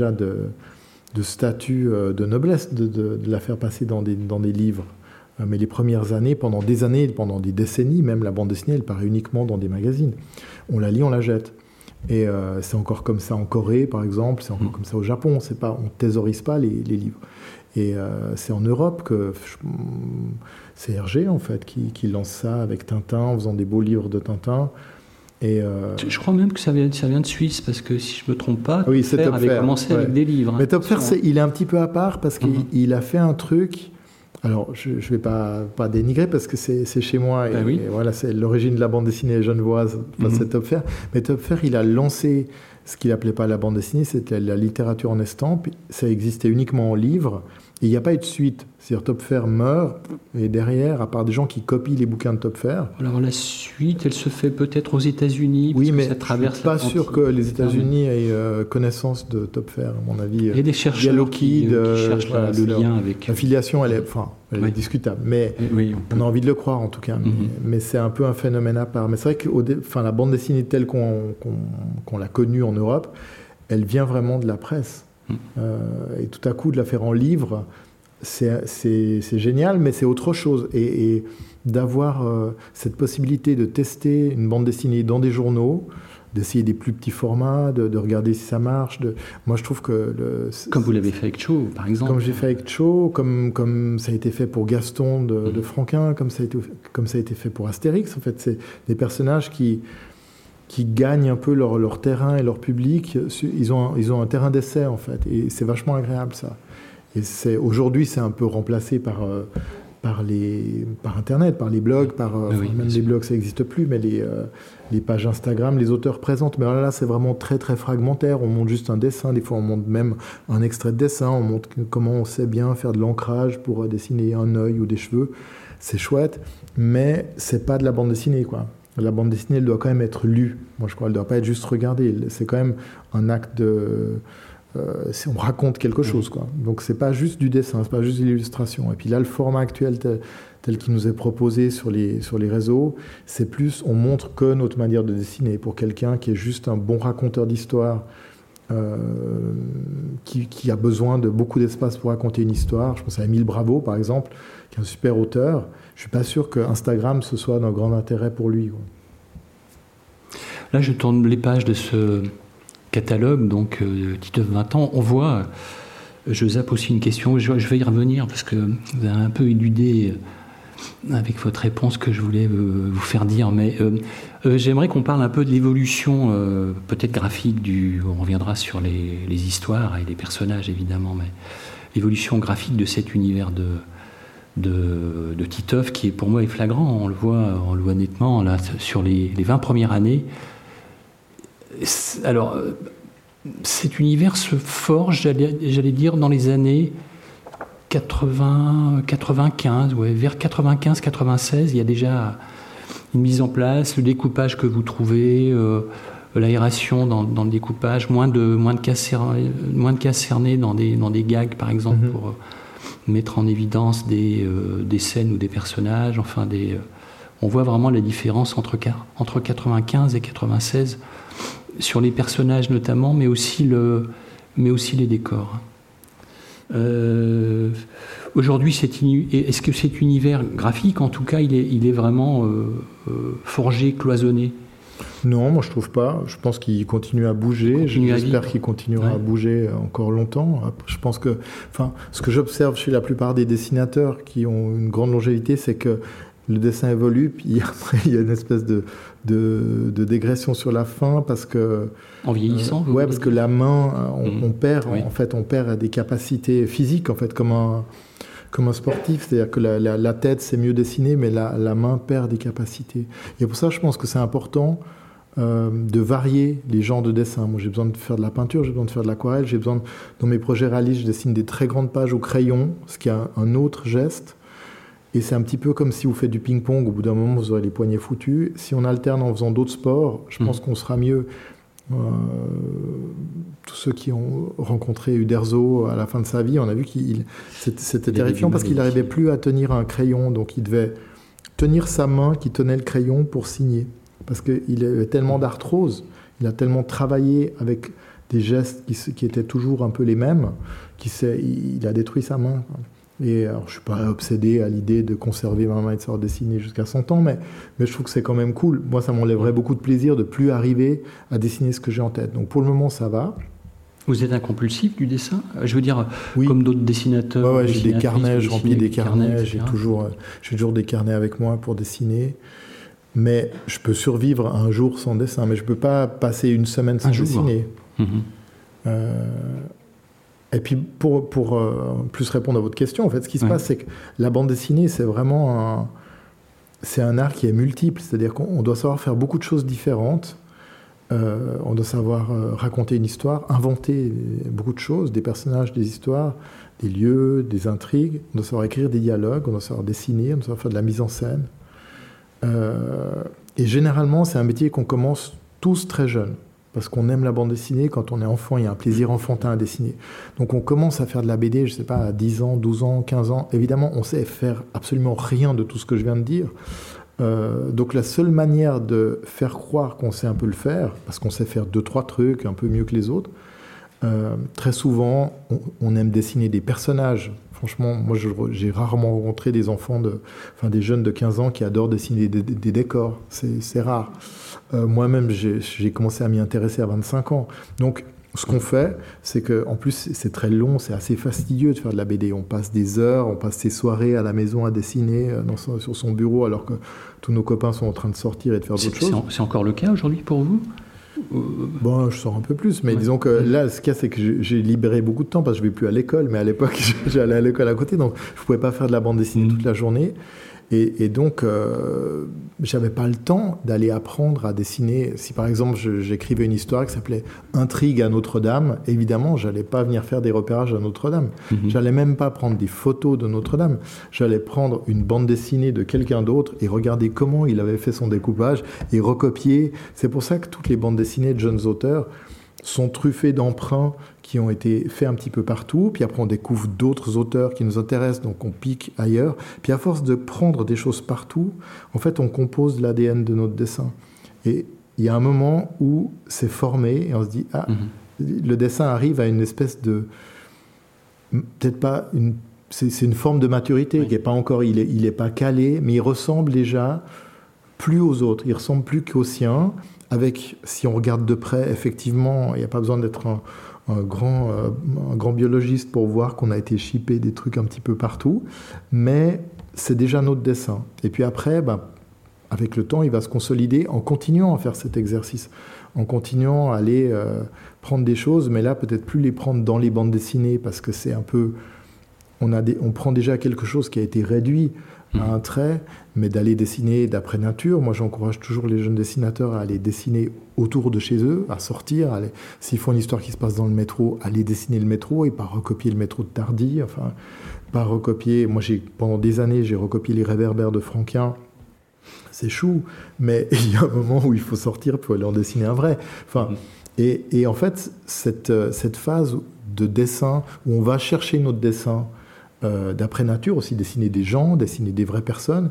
statut de noblesse de la faire passer dans des livres. Mais les premières années, pendant des décennies, même la bande dessinée, elle paraît uniquement dans des magazines. On la lit, on la jette. Et c'est encore comme ça en Corée, par exemple, c'est encore comme ça au Japon. On ne thésaurise pas les livres. Et c'est en Europe que c'est Hergé, en fait, qui lance ça avec Tintin, en faisant des beaux livres de Tintin. Et je crois même que ça vient de Suisse, parce que si je ne me trompe pas, Topfer avait commencé avec des livres. Mais Topfer, il est un petit peu à part, parce qu'il a fait un truc... Alors, je ne vais pas dénigrer parce que c'est chez moi et voilà, c'est l'origine de la bande dessinée genevoise, c'est Topfer. Mais Topfer, il a lancé ce qu'il n'appelait pas la bande dessinée, c'était la littérature en estampes. Ça existait uniquement en livre et il n'y a pas eu de suite. C'est-à-dire Topfer meurt et derrière, à part des gens qui copient les bouquins de Topfer... Alors la suite, elle se fait peut-être aux États-Unis. Oui, mais ça traverse je ne suis pas sûr que les États-Unis aient connaissance de Topfer, à mon avis. Il y a des chercheurs qui cherchent le lien avec... La filiation, elle est discutable, mais on a envie de le croire en tout cas. Mais c'est un peu un phénomène à part. Mais c'est vrai que la bande dessinée telle qu'on l'a connue en Europe, elle vient vraiment de la presse. Et tout à coup, de la faire en livre... C'est génial, mais c'est autre chose. Et d'avoir cette possibilité de tester une bande dessinée dans des journaux, d'essayer des plus petits formats, de regarder si ça marche. Moi, je trouve que... Comme vous l'avez fait avec Cho, par exemple. Comme j'ai fait avec Cho, comme ça a été fait pour Gaston de Franquin, comme ça a été fait pour Astérix. En fait, c'est des personnages qui gagnent un peu leur terrain et leur public. Ils ont un terrain d'essai, en fait. Et c'est vachement agréable, ça. Et aujourd'hui, c'est un peu remplacé par Internet, par les blogs, même les blogs, ça n'existe plus, mais les pages Instagram, les auteurs présentent. Mais là, c'est vraiment très, très fragmentaire. On montre juste un dessin. Des fois, on montre même un extrait de dessin. On montre comment on sait bien faire de l'ancrage pour dessiner un œil ou des cheveux. C'est chouette, mais c'est pas de la bande dessinée, quoi. La bande dessinée, elle doit quand même être lue. Moi, je crois qu'elle ne doit pas être juste regardée. C'est quand même un acte de... on raconte quelque chose, quoi. Donc c'est pas juste du dessin, c'est pas juste de l'illustration. Et puis là, le format actuel tel qu'il nous est proposé sur les réseaux, c'est plus, on montre que notre manière de dessiner. Pour quelqu'un qui est juste un bon raconteur d'histoire, qui a besoin de beaucoup d'espace pour raconter une histoire. Je pense à Émile Bravo, par exemple, qui est un super auteur. Je suis pas sûr que Instagram ce soit d'un grand intérêt pour lui, quoi. Là, je tourne les pages de ce catalogue, donc Titeuf 20 ans, on voit, je zappe aussi une question, je vais y revenir parce que vous avez un peu éludé avec votre réponse que je voulais vous faire dire, mais j'aimerais qu'on parle un peu de l'évolution peut-être graphique on reviendra sur les histoires et les personnages évidemment, mais l'évolution graphique de cet univers de Titeuf qui pour moi est flagrant, on le voit nettement là sur les 20 premières années. Alors, cet univers se forge, j'allais dire, dans les années 95, vers 95-96, il y a déjà une mise en place, le découpage que vous trouvez, l'aération dans le découpage, moins de cases cernées dans des gags, par exemple, pour mettre en évidence des scènes ou des personnages, enfin on voit vraiment la différence entre 95 et 96 sur les personnages notamment, mais aussi les décors. Aujourd'hui, est-ce que cet univers graphique, en tout cas, il est vraiment forgé, cloisonné ? Non, moi je trouve pas. Je pense qu'il continue à bouger. J'espère qu'il continuera à bouger encore longtemps. Je pense que, ce que j'observe chez la plupart des dessinateurs qui ont une grande longévité, c'est que le dessin évolue, puis après il y a une espèce de dégression sur la fin parce que... En vieillissant ouais, parce que la main, on perd, oui. En fait, on perd des capacités physiques, en fait, comme un sportif. C'est-à-dire que la tête, c'est mieux dessiné, mais la main perd des capacités. Et pour ça, je pense que c'est important de varier les genres de dessin. Moi, j'ai besoin de faire de la peinture, j'ai besoin de faire de l'aquarelle, j'ai besoin dans mes projets réalistes, je dessine des très grandes pages au crayon, ce qui est un autre geste. Et c'est un petit peu comme si vous faites du ping-pong, au bout d'un moment, vous aurez les poignets foutus. Si on alterne en faisant d'autres sports, je pense qu'on sera mieux. Tous ceux qui ont rencontré Uderzo à la fin de sa vie, on a vu c'était terrifiant parce qu'il n'arrivait plus à tenir un crayon, donc il devait tenir sa main qui tenait le crayon pour signer. Parce qu'il avait tellement d'arthrose, il a tellement travaillé avec des gestes qui étaient toujours un peu les mêmes, il a détruit sa main. Et alors, je ne suis pas obsédé à l'idée de conserver ma main et de savoir dessiner jusqu'à 100 ans, mais je trouve que c'est quand même cool. Moi, ça m'enlèverait beaucoup de plaisir de ne plus arriver à dessiner ce que j'ai en tête. Donc pour le moment, ça va. Vous êtes un compulsif du dessin ? Je veux dire, oui. Comme d'autres dessinateurs. Ouais, j'ai des carnets, je remplis des carnets, j'ai toujours des carnets avec moi pour dessiner. Mais je peux survivre un jour sans dessin, mais je ne peux pas passer une semaine sans dessiner. Et puis, pour plus répondre à votre question, en fait, ce qui se passe, c'est que la bande dessinée, c'est vraiment un art qui est multiple. C'est-à-dire qu'on doit savoir faire beaucoup de choses différentes. On doit savoir raconter une histoire, inventer beaucoup de choses, des personnages, des histoires, des lieux, des intrigues. On doit savoir écrire des dialogues, on doit savoir dessiner, on doit savoir faire de la mise en scène. Et généralement, c'est un métier qu'on commence tous très jeunes. Parce qu'on aime la bande dessinée, quand on est enfant, il y a un plaisir enfantin à dessiner. Donc on commence à faire de la BD, je ne sais pas, à 10 ans, 12 ans, 15 ans. Évidemment, on sait faire absolument rien de tout ce que je viens de dire. Donc la seule manière de faire croire qu'on sait un peu le faire, parce qu'on sait faire 2-3 trucs un peu mieux que les autres, très souvent, on aime dessiner des personnages. Franchement, moi, j'ai rarement rencontré des des jeunes de 15 ans qui adorent dessiner des décors. C'est rare. Moi-même, j'ai commencé à m'y intéresser à 25 ans. Donc, ce qu'on fait, c'est qu'en plus, c'est très long, c'est assez fastidieux de faire de la BD. On passe des heures, on passe ses soirées à la maison à dessiner sur son bureau, alors que tous nos copains sont en train de sortir et de faire d'autres choses. C'est encore le cas aujourd'hui pour vous ? Bon, je sors un peu plus, mais disons que là, ce qu'il y a, c'est que j'ai libéré beaucoup de temps parce que je ne vais plus à l'école, mais à l'époque, j'allais à l'école à côté, donc je ne pouvais pas faire de la bande dessinée toute la journée. Et donc, je n'avais pas le temps d'aller apprendre à dessiner. Si par exemple, j'écrivais une histoire qui s'appelait « Intrigue à Notre-Dame », évidemment, je n'allais pas venir faire des repérages à Notre-Dame. Je n'allais même pas prendre des photos de Notre-Dame. J'allais prendre une bande dessinée de quelqu'un d'autre et regarder comment il avait fait son découpage et recopier. C'est pour ça que toutes les bandes dessinées de jeunes auteurs sont truffées d'emprunts qui ont été faits un petit peu partout, puis après on découvre d'autres auteurs qui nous intéressent, donc on pique ailleurs, puis à force de prendre des choses partout, en fait on compose l'ADN de notre dessin. Et il y a un moment où c'est formé, et on se dit, le dessin arrive à une espèce de... Peut-être pas une... C'est une forme de maturité qui n'est pas encore... Il est pas calé, mais il ressemble déjà plus aux autres, il ressemble plus qu'aux siens, avec, si on regarde de près, effectivement, il n'y a pas besoin d'être un grand biologiste pour voir qu'on a été chippé des trucs un petit peu partout, mais c'est déjà notre dessin. Et puis après, avec le temps, il va se consolider en continuant à faire cet exercice, en continuant à aller prendre des choses, mais là, peut-être plus les prendre dans les bandes dessinées, parce que c'est un peu... On prend déjà quelque chose qui a été réduit à un trait, mais d'aller dessiner d'après nature. Moi, j'encourage toujours les jeunes dessinateurs à aller dessiner autour de chez eux, à sortir. S'ils font une histoire qui se passe dans le métro, aller dessiner le métro et pas recopier le métro de Tardy. Enfin, pas recopier... Moi, pendant des années, j'ai recopié les réverbères de Franquin. C'est chou, mais il y a un moment où il faut sortir pour aller en dessiner un vrai. Enfin, et en fait, cette phase de dessin où on va chercher notre dessin d'après nature, aussi dessiner des gens, dessiner des vraies personnes.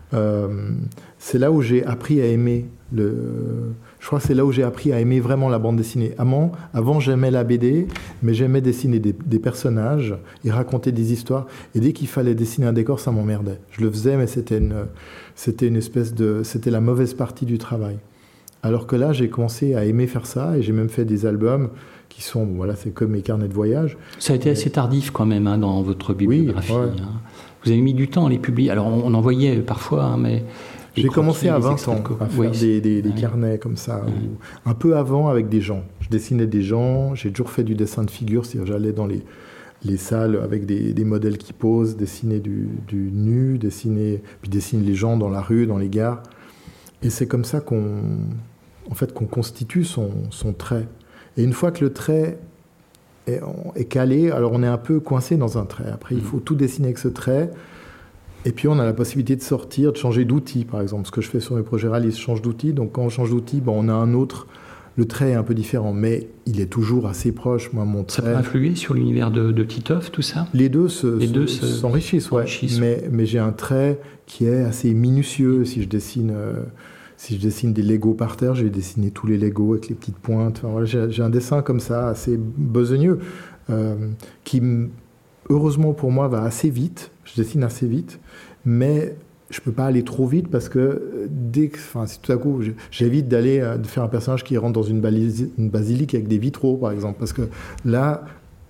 C'est là où j'ai appris à aimer je crois que c'est là où j'ai appris à aimer vraiment la bande dessinée. Avant j'aimais la BD, mais j'aimais dessiner des personnages et raconter des histoires. Et dès qu'il fallait dessiner un décor, ça m'emmerdait. Je le faisais, mais c'était une espèce de... C'était la mauvaise partie du travail. Alors que là, j'ai commencé à aimer faire ça, et j'ai même fait des albums qui sont, c'est comme mes carnets de voyage. Ça a été assez tardif quand même dans votre bibliographie. Oui, ouais. Vous avez mis du temps à les publier. Alors on en voyait parfois, mais J'ai commencé à 20 ans à faire des carnets comme ça, ou un peu avant avec des gens. Je dessinais des gens, j'ai toujours fait du dessin de figure, c'est-à-dire j'allais dans les salles avec des modèles qui posent, dessiner du nu, dessiner les gens dans la rue, dans les gares. Et c'est comme ça qu'on constitue son trait. Et une fois que le trait est calé, alors on est un peu coincé dans un trait. Après, il faut tout dessiner avec ce trait. Et puis, on a la possibilité de sortir, de changer d'outil, par exemple. Ce que je fais sur mes projets réalistes, je change d'outil. Donc, quand on change d'outil, on a un autre. Le trait est un peu différent, mais il est toujours assez proche. Moi, mon trait... Ça peut influer sur l'univers de Titeuf, tout ça ? Les deux s'enrichissent, ouais. Mais j'ai un trait qui est assez minutieux. Si je dessine des Legos par terre, je vais dessiner tous les Legos avec les petites pointes. Enfin, voilà, j'ai un dessin comme ça, assez besogneux, qui, heureusement pour moi, va assez vite. Je dessine assez vite, mais je ne peux pas aller trop vite parce que si tout à coup, j'évite de faire un personnage qui rentre dans une basilique avec des vitraux, par exemple, parce que là,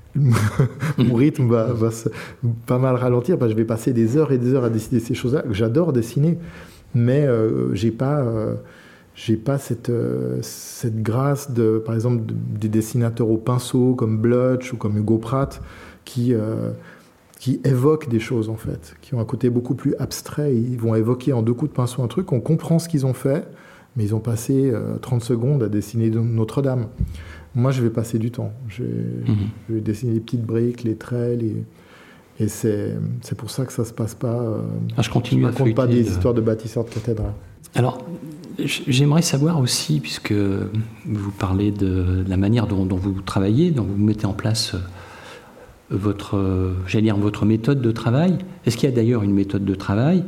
mon rythme va pas mal ralentir, parce que je vais passer des heures et des heures à dessiner ces choses-là, que j'adore dessiner, mais j'ai pas cette grâce, par exemple, des dessinateurs au pinceau, comme Blutch ou comme Hugo Pratt, qui évoquent des choses, en fait, qui ont un côté beaucoup plus abstrait. Ils vont évoquer en 2 coups de pinceau un truc, on comprend ce qu'ils ont fait, mais ils ont passé 30 secondes à dessiner Notre-Dame. Moi, je vais passer du temps. Je vais dessiner les petites briques, les traits, et c'est pour ça que ça ne se passe pas... je continue à raconte pas des histoires de bâtisseurs de cathédrales. Alors, j'aimerais savoir aussi, puisque vous parlez de la manière dont vous travaillez, dont vous mettez en place... votre méthode de travail. Est-ce qu'il y a d'ailleurs une méthode de travail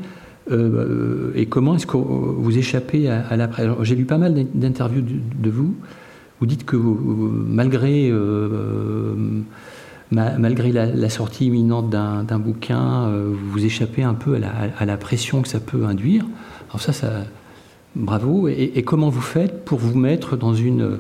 et comment est-ce que vous échappez à la presse ? J'ai lu pas mal d'interviews de vous. Vous dites que malgré la sortie imminente d'un bouquin, vous échappez un peu à la pression que ça peut induire. Alors ça bravo. Et comment vous faites pour vous mettre dans une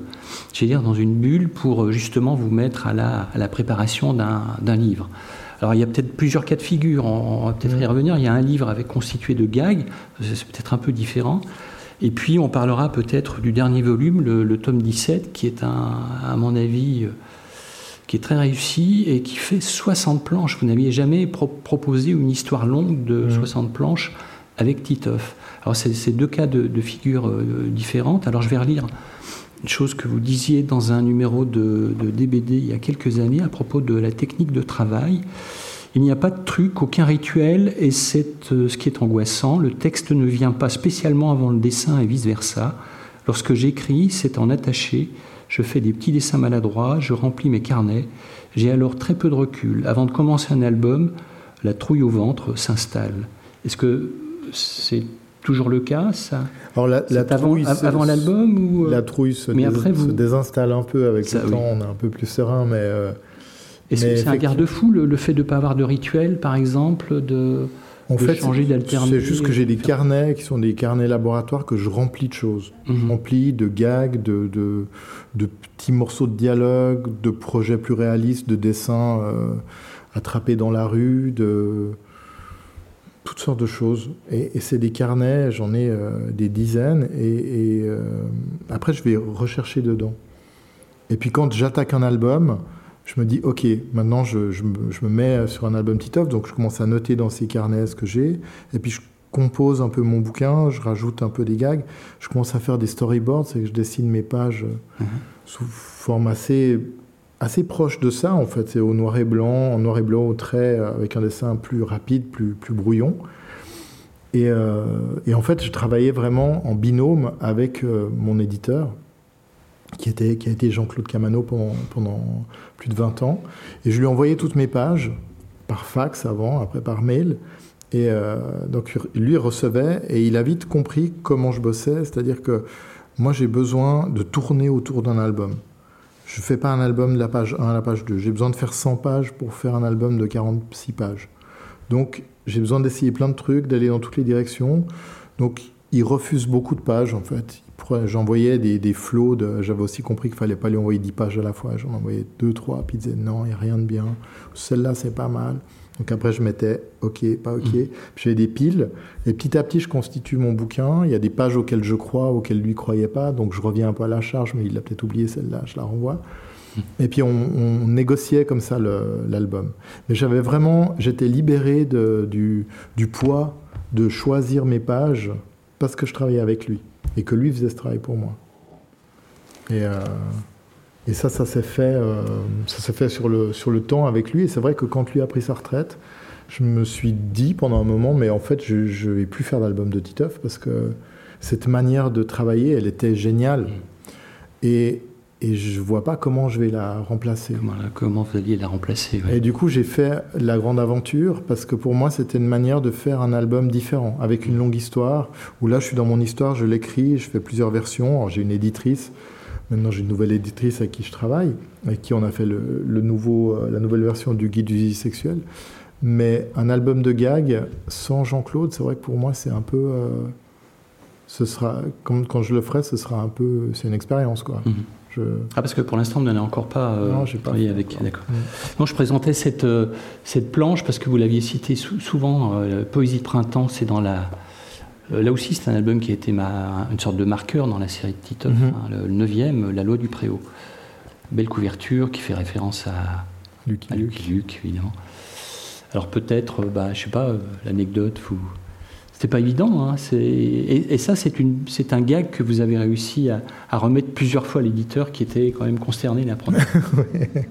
bulle pour justement vous mettre à la préparation d'un livre ? Alors il y a peut-être plusieurs cas de figure, on va peut-être y revenir. Il y a un livre constitué de gags, c'est peut-être un peu différent. Et puis on parlera peut-être du dernier volume, le tome 17, qui est à mon avis, qui est très réussi et qui fait 60 planches. Vous n'aviez jamais proposé une histoire longue de 60 planches avec Titeuf. Alors c'est 2 cas de figure différentes. Alors je vais relire une chose que vous disiez dans un numéro de DBD il y a quelques années à propos de la technique de travail. Il n'y a pas de truc, aucun rituel, et c'est ce qui est angoissant. Le texte ne vient pas spécialement avant le dessin et vice-versa. Lorsque j'écris, c'est en attaché. Je fais des petits dessins maladroits, je remplis mes carnets. J'ai alors très peu de recul. Avant de commencer un album, la trouille au ventre s'installe. Est-ce que c'est toujours le cas, ça ? Alors la trouille, avant l'album ou la trouille se désinstalle un peu avec le temps, on est un peu plus serein, mais... Est-ce que c'est un garde-fou, le fait de ne pas avoir de rituel, par exemple, de changer, d'alterner ? C'est juste que j'ai des carnets qui sont des carnets laboratoires que je remplis de choses. Je remplis de gags, de petits morceaux de dialogue, de projets plus réalistes, de dessins attrapés dans la rue, de... toutes sortes de choses. Et c'est des carnets, j'en ai des dizaines, et après je vais rechercher dedans. Et puis quand j'attaque un album, je me dis, ok, maintenant je me mets sur un album Titeuf, donc je commence à noter dans ces carnets ce que j'ai, et puis je compose un peu mon bouquin, je rajoute un peu des gags, je commence à faire des storyboards, c'est que je dessine mes pages sous forme assez proche de ça, en fait. C'est en noir et blanc au trait, avec un dessin plus rapide, plus brouillon. Et en fait, je travaillais vraiment en binôme avec mon éditeur, qui a été Jean-Claude Camano pendant plus de 20 ans. Et je lui envoyais toutes mes pages, par fax avant, après par mail. Et donc, lui recevait, et il a vite compris comment je bossais. C'est-à-dire que moi, j'ai besoin de tourner autour d'un album. Je ne fais pas un album de la page 1 à la page 2. J'ai besoin de faire 100 pages pour faire un album de 46 pages. Donc, j'ai besoin d'essayer plein de trucs, d'aller dans toutes les directions. Donc, il refuse beaucoup de pages, en fait. J'envoyais des flots. J'avais aussi compris qu'il ne fallait pas lui envoyer 10 pages à la fois. J'en envoyais 2, 3, puis il disait non, il n'y a rien de bien. Celle-là, c'est pas mal. Donc après, je mettais OK, pas OK. Puis j'avais des piles. Et petit à petit, je constitue mon bouquin. Il y a des pages auxquelles je crois, auxquelles lui ne croyait pas. Donc je reviens un peu à la charge, mais il a peut-être oublié celle-là, je la renvoie. Et puis on négociait comme ça l'album. Mais j'étais libéré du poids de choisir mes pages parce que je travaillais avec lui et que lui faisait ce travail pour moi. Et ça s'est fait sur le temps avec lui. Et c'est vrai que quand lui a pris sa retraite, je me suis dit pendant un moment, mais en fait, je ne vais plus faire d'album de Titeuf parce que cette manière de travailler, elle était géniale. Et je ne vois pas comment je vais la remplacer. Comment vous alliez la remplacer, Et du coup, j'ai fait La Grande Aventure parce que pour moi, c'était une manière de faire un album différent, avec une longue histoire, où là, je suis dans mon histoire, je l'écris, je fais plusieurs versions. Alors, j'ai une éditrice. Maintenant, j'ai une nouvelle éditrice avec qui je travaille, avec qui on a fait la nouvelle version du Guide du zizi sexuel. Mais un album de gags sans Jean-Claude, c'est vrai que pour moi, c'est un peu... ce sera, quand je le ferai, ce sera un peu... C'est une expérience, quoi. Parce que pour l'instant, vous n'en avez encore pas travaillé avec... D'accord. Non, je présentais cette planche parce que vous l'aviez cité souvent. Poésie de printemps, c'est dans la... Là aussi, c'est un album qui a été une sorte de marqueur dans la série de Titeuf, le 9e, La Loi du Préau. Belle couverture qui fait référence à Lucky Luke, évidemment. Alors peut-être, je sais pas, l'anecdote, c'était pas évident. Hein, et ça, c'est un gag que vous avez réussi à remettre plusieurs fois à l'éditeur qui était quand même consterné la première fois.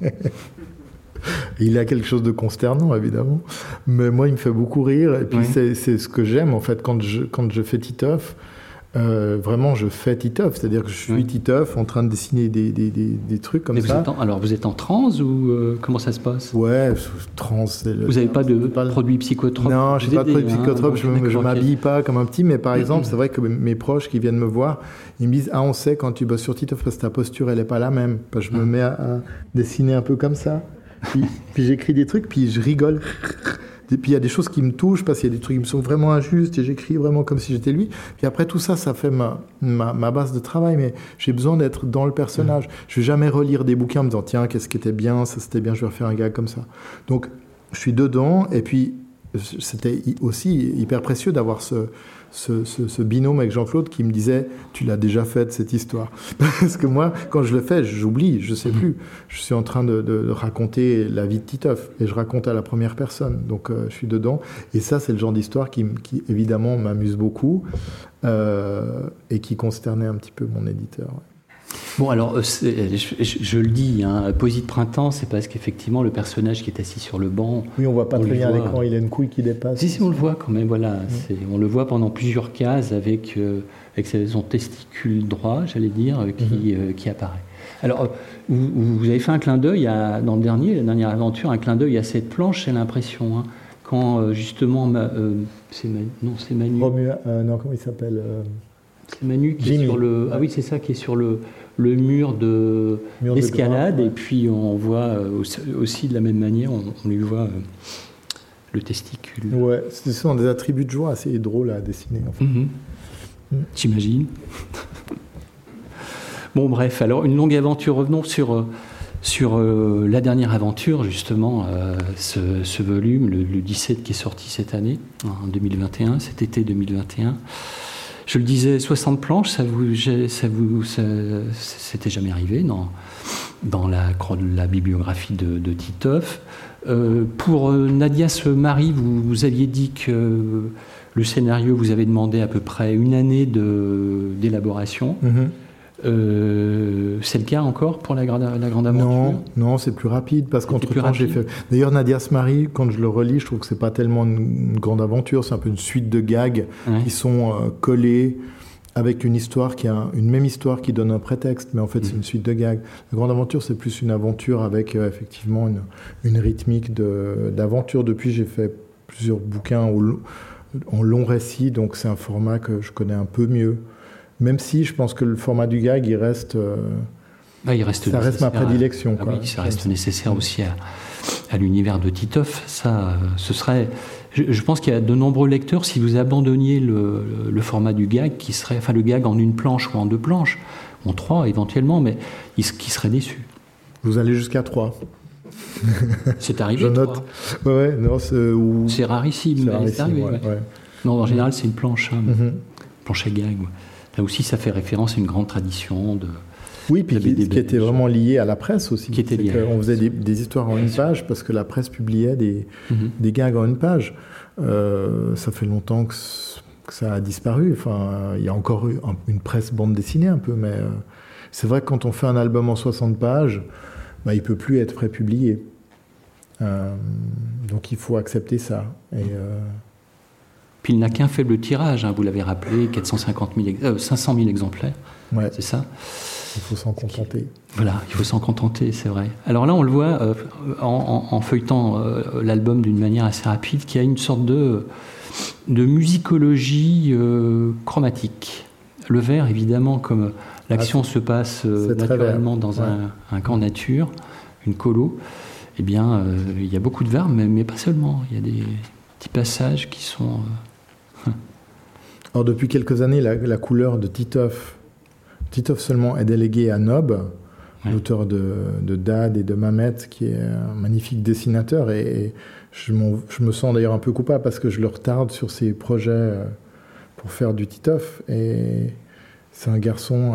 Il a quelque chose de consternant, évidemment. Mais moi, il me fait beaucoup rire. Et puis, c'est ce que j'aime, en fait, quand je fais Titeuf. Vraiment, je fais Titeuf. C'est-à-dire que je suis Titeuf en train de dessiner des trucs comme ça. Alors, vous êtes en transe ou comment ça se passe ? Ouais, transe. Vous n'avez pas de produits psychotropes ? Non, je n'ai pas de produits psychotropes. Je ne m'habille pas comme un petit. Mais par exemple, c'est vrai que mes proches qui viennent me voir, ils me disent « Ah, on sait quand tu bosses sur Titeuf parce que ta posture, elle n'est pas la même. » Parce que je me mets à dessiner un peu comme ça. Puis j'écris des trucs, puis je rigole. Et puis il y a des choses qui me touchent, parce qu'il y a des trucs qui me sont vraiment injustes, et j'écris vraiment comme si j'étais lui. Puis après tout ça, ça fait ma base de travail, mais j'ai besoin d'être dans le personnage. Je ne vais jamais relire des bouquins en me disant « Tiens, qu'est-ce qui était bien, ça c'était bien, je vais refaire un gag comme ça. » Donc je suis dedans, et puis c'était aussi hyper précieux d'avoir ce binôme avec Jean-Claude qui me disait « Tu l'as déjà faite, cette histoire. » Parce que moi, quand je le fais, j'oublie, je ne sais plus. Je suis en train de raconter la vie de Titeuf et je raconte à la première personne. Donc, je suis dedans. Et ça, c'est le genre d'histoire qui évidemment, m'amuse beaucoup et qui consternait un petit peu mon éditeur. Bon, alors, je le dis, Poésie de printemps, c'est parce qu'effectivement, le personnage qui est assis sur le banc... Oui, on voit pas très bien à l'écran, il a une couille qui dépasse. Si, on le voit quand même, voilà. On le voit pendant plusieurs cases avec son testicule droit, j'allais dire, qui apparaît. Alors, vous avez fait un clin d'œil, la dernière aventure, un clin d'œil à cette planche, j'ai l'impression, quand justement... c'est Manu. Non, comment il s'appelle C'est Manu qui est sur le... Ah oui, c'est ça, qui est sur le mur d'escalade, et puis on voit aussi de la même manière, on lui voit le testicule. Ouais, ce sont des attributs de joie assez drôles à dessiner, en fait. J'imagine. Bon, bref, alors une longue aventure. Revenons sur la dernière aventure, justement, ce volume, le 17 qui est sorti cette année, en 2021, cet été 2021. Je le disais, 60 planches, c'était jamais arrivé dans la bibliographie de Titeuf. Pour Nadia se marie, vous aviez dit que le scénario vous avait demandé à peu près une année d'élaboration. C'est le cas encore pour la grande aventure ? Non, c'est plus rapide parce qu'entre-temps j'ai fait... D'ailleurs, Nadia se marie, quand je le relis, je trouve que c'est pas tellement une grande aventure, c'est un peu une suite de gags qui sont collés avec une histoire une même histoire qui donne un prétexte, mais en fait c'est une suite de gags. La grande aventure, c'est plus une aventure avec effectivement une rythmique d'aventure. Depuis, j'ai fait plusieurs bouquins en long récit, donc c'est un format que je connais un peu mieux. Même si je pense que le format du gag, ça reste ma prédilection. Oui, ça reste nécessaire aussi à l'univers de Titeuf. Ça, ce serait... Je pense qu'il y a de nombreux lecteurs, si vous abandonniez le format du gag, le gag en une planche ou en deux planches, en trois éventuellement, mais qui seraient déçus. Vous allez jusqu'à 3. C'est arrivé. Je note. Ouais, non, c'est rarissime. C'est arrivé. Ouais. Non, en général, c'est une planche, planche à gag. Là aussi, ça fait référence à une grande tradition de. Oui, puis qui était vraiment liée à la presse aussi. On faisait des histoires en une page parce que la presse publiait des gags en une page. Ça fait longtemps que ça a disparu. Enfin, il y a encore eu une presse bande dessinée un peu, mais c'est vrai que quand on fait un album en 60 pages, il ne peut plus être prépublié. Donc il faut accepter ça. Puis il n'a qu'un faible tirage, vous l'avez rappelé, 500 000 exemplaires. Ouais. C'est ça. Il faut s'en contenter. Voilà, il faut s'en contenter, c'est vrai. Alors là, on le voit en feuilletant l'album d'une manière assez rapide, qu'il y a une sorte de musicologie chromatique. Le vert, évidemment, comme l'action se passe naturellement dans un camp nature, une colo, eh bien, il y a beaucoup de vert, mais pas seulement. Il y a des petits passages qui sont... Alors, depuis quelques années, la couleur de Titeuf seulement est déléguée à Nob, l'auteur de Dad et de Mamet, qui est un magnifique dessinateur. Et je me sens d'ailleurs un peu coupable parce que je le retarde sur ses projets pour faire du Titeuf. Et c'est un garçon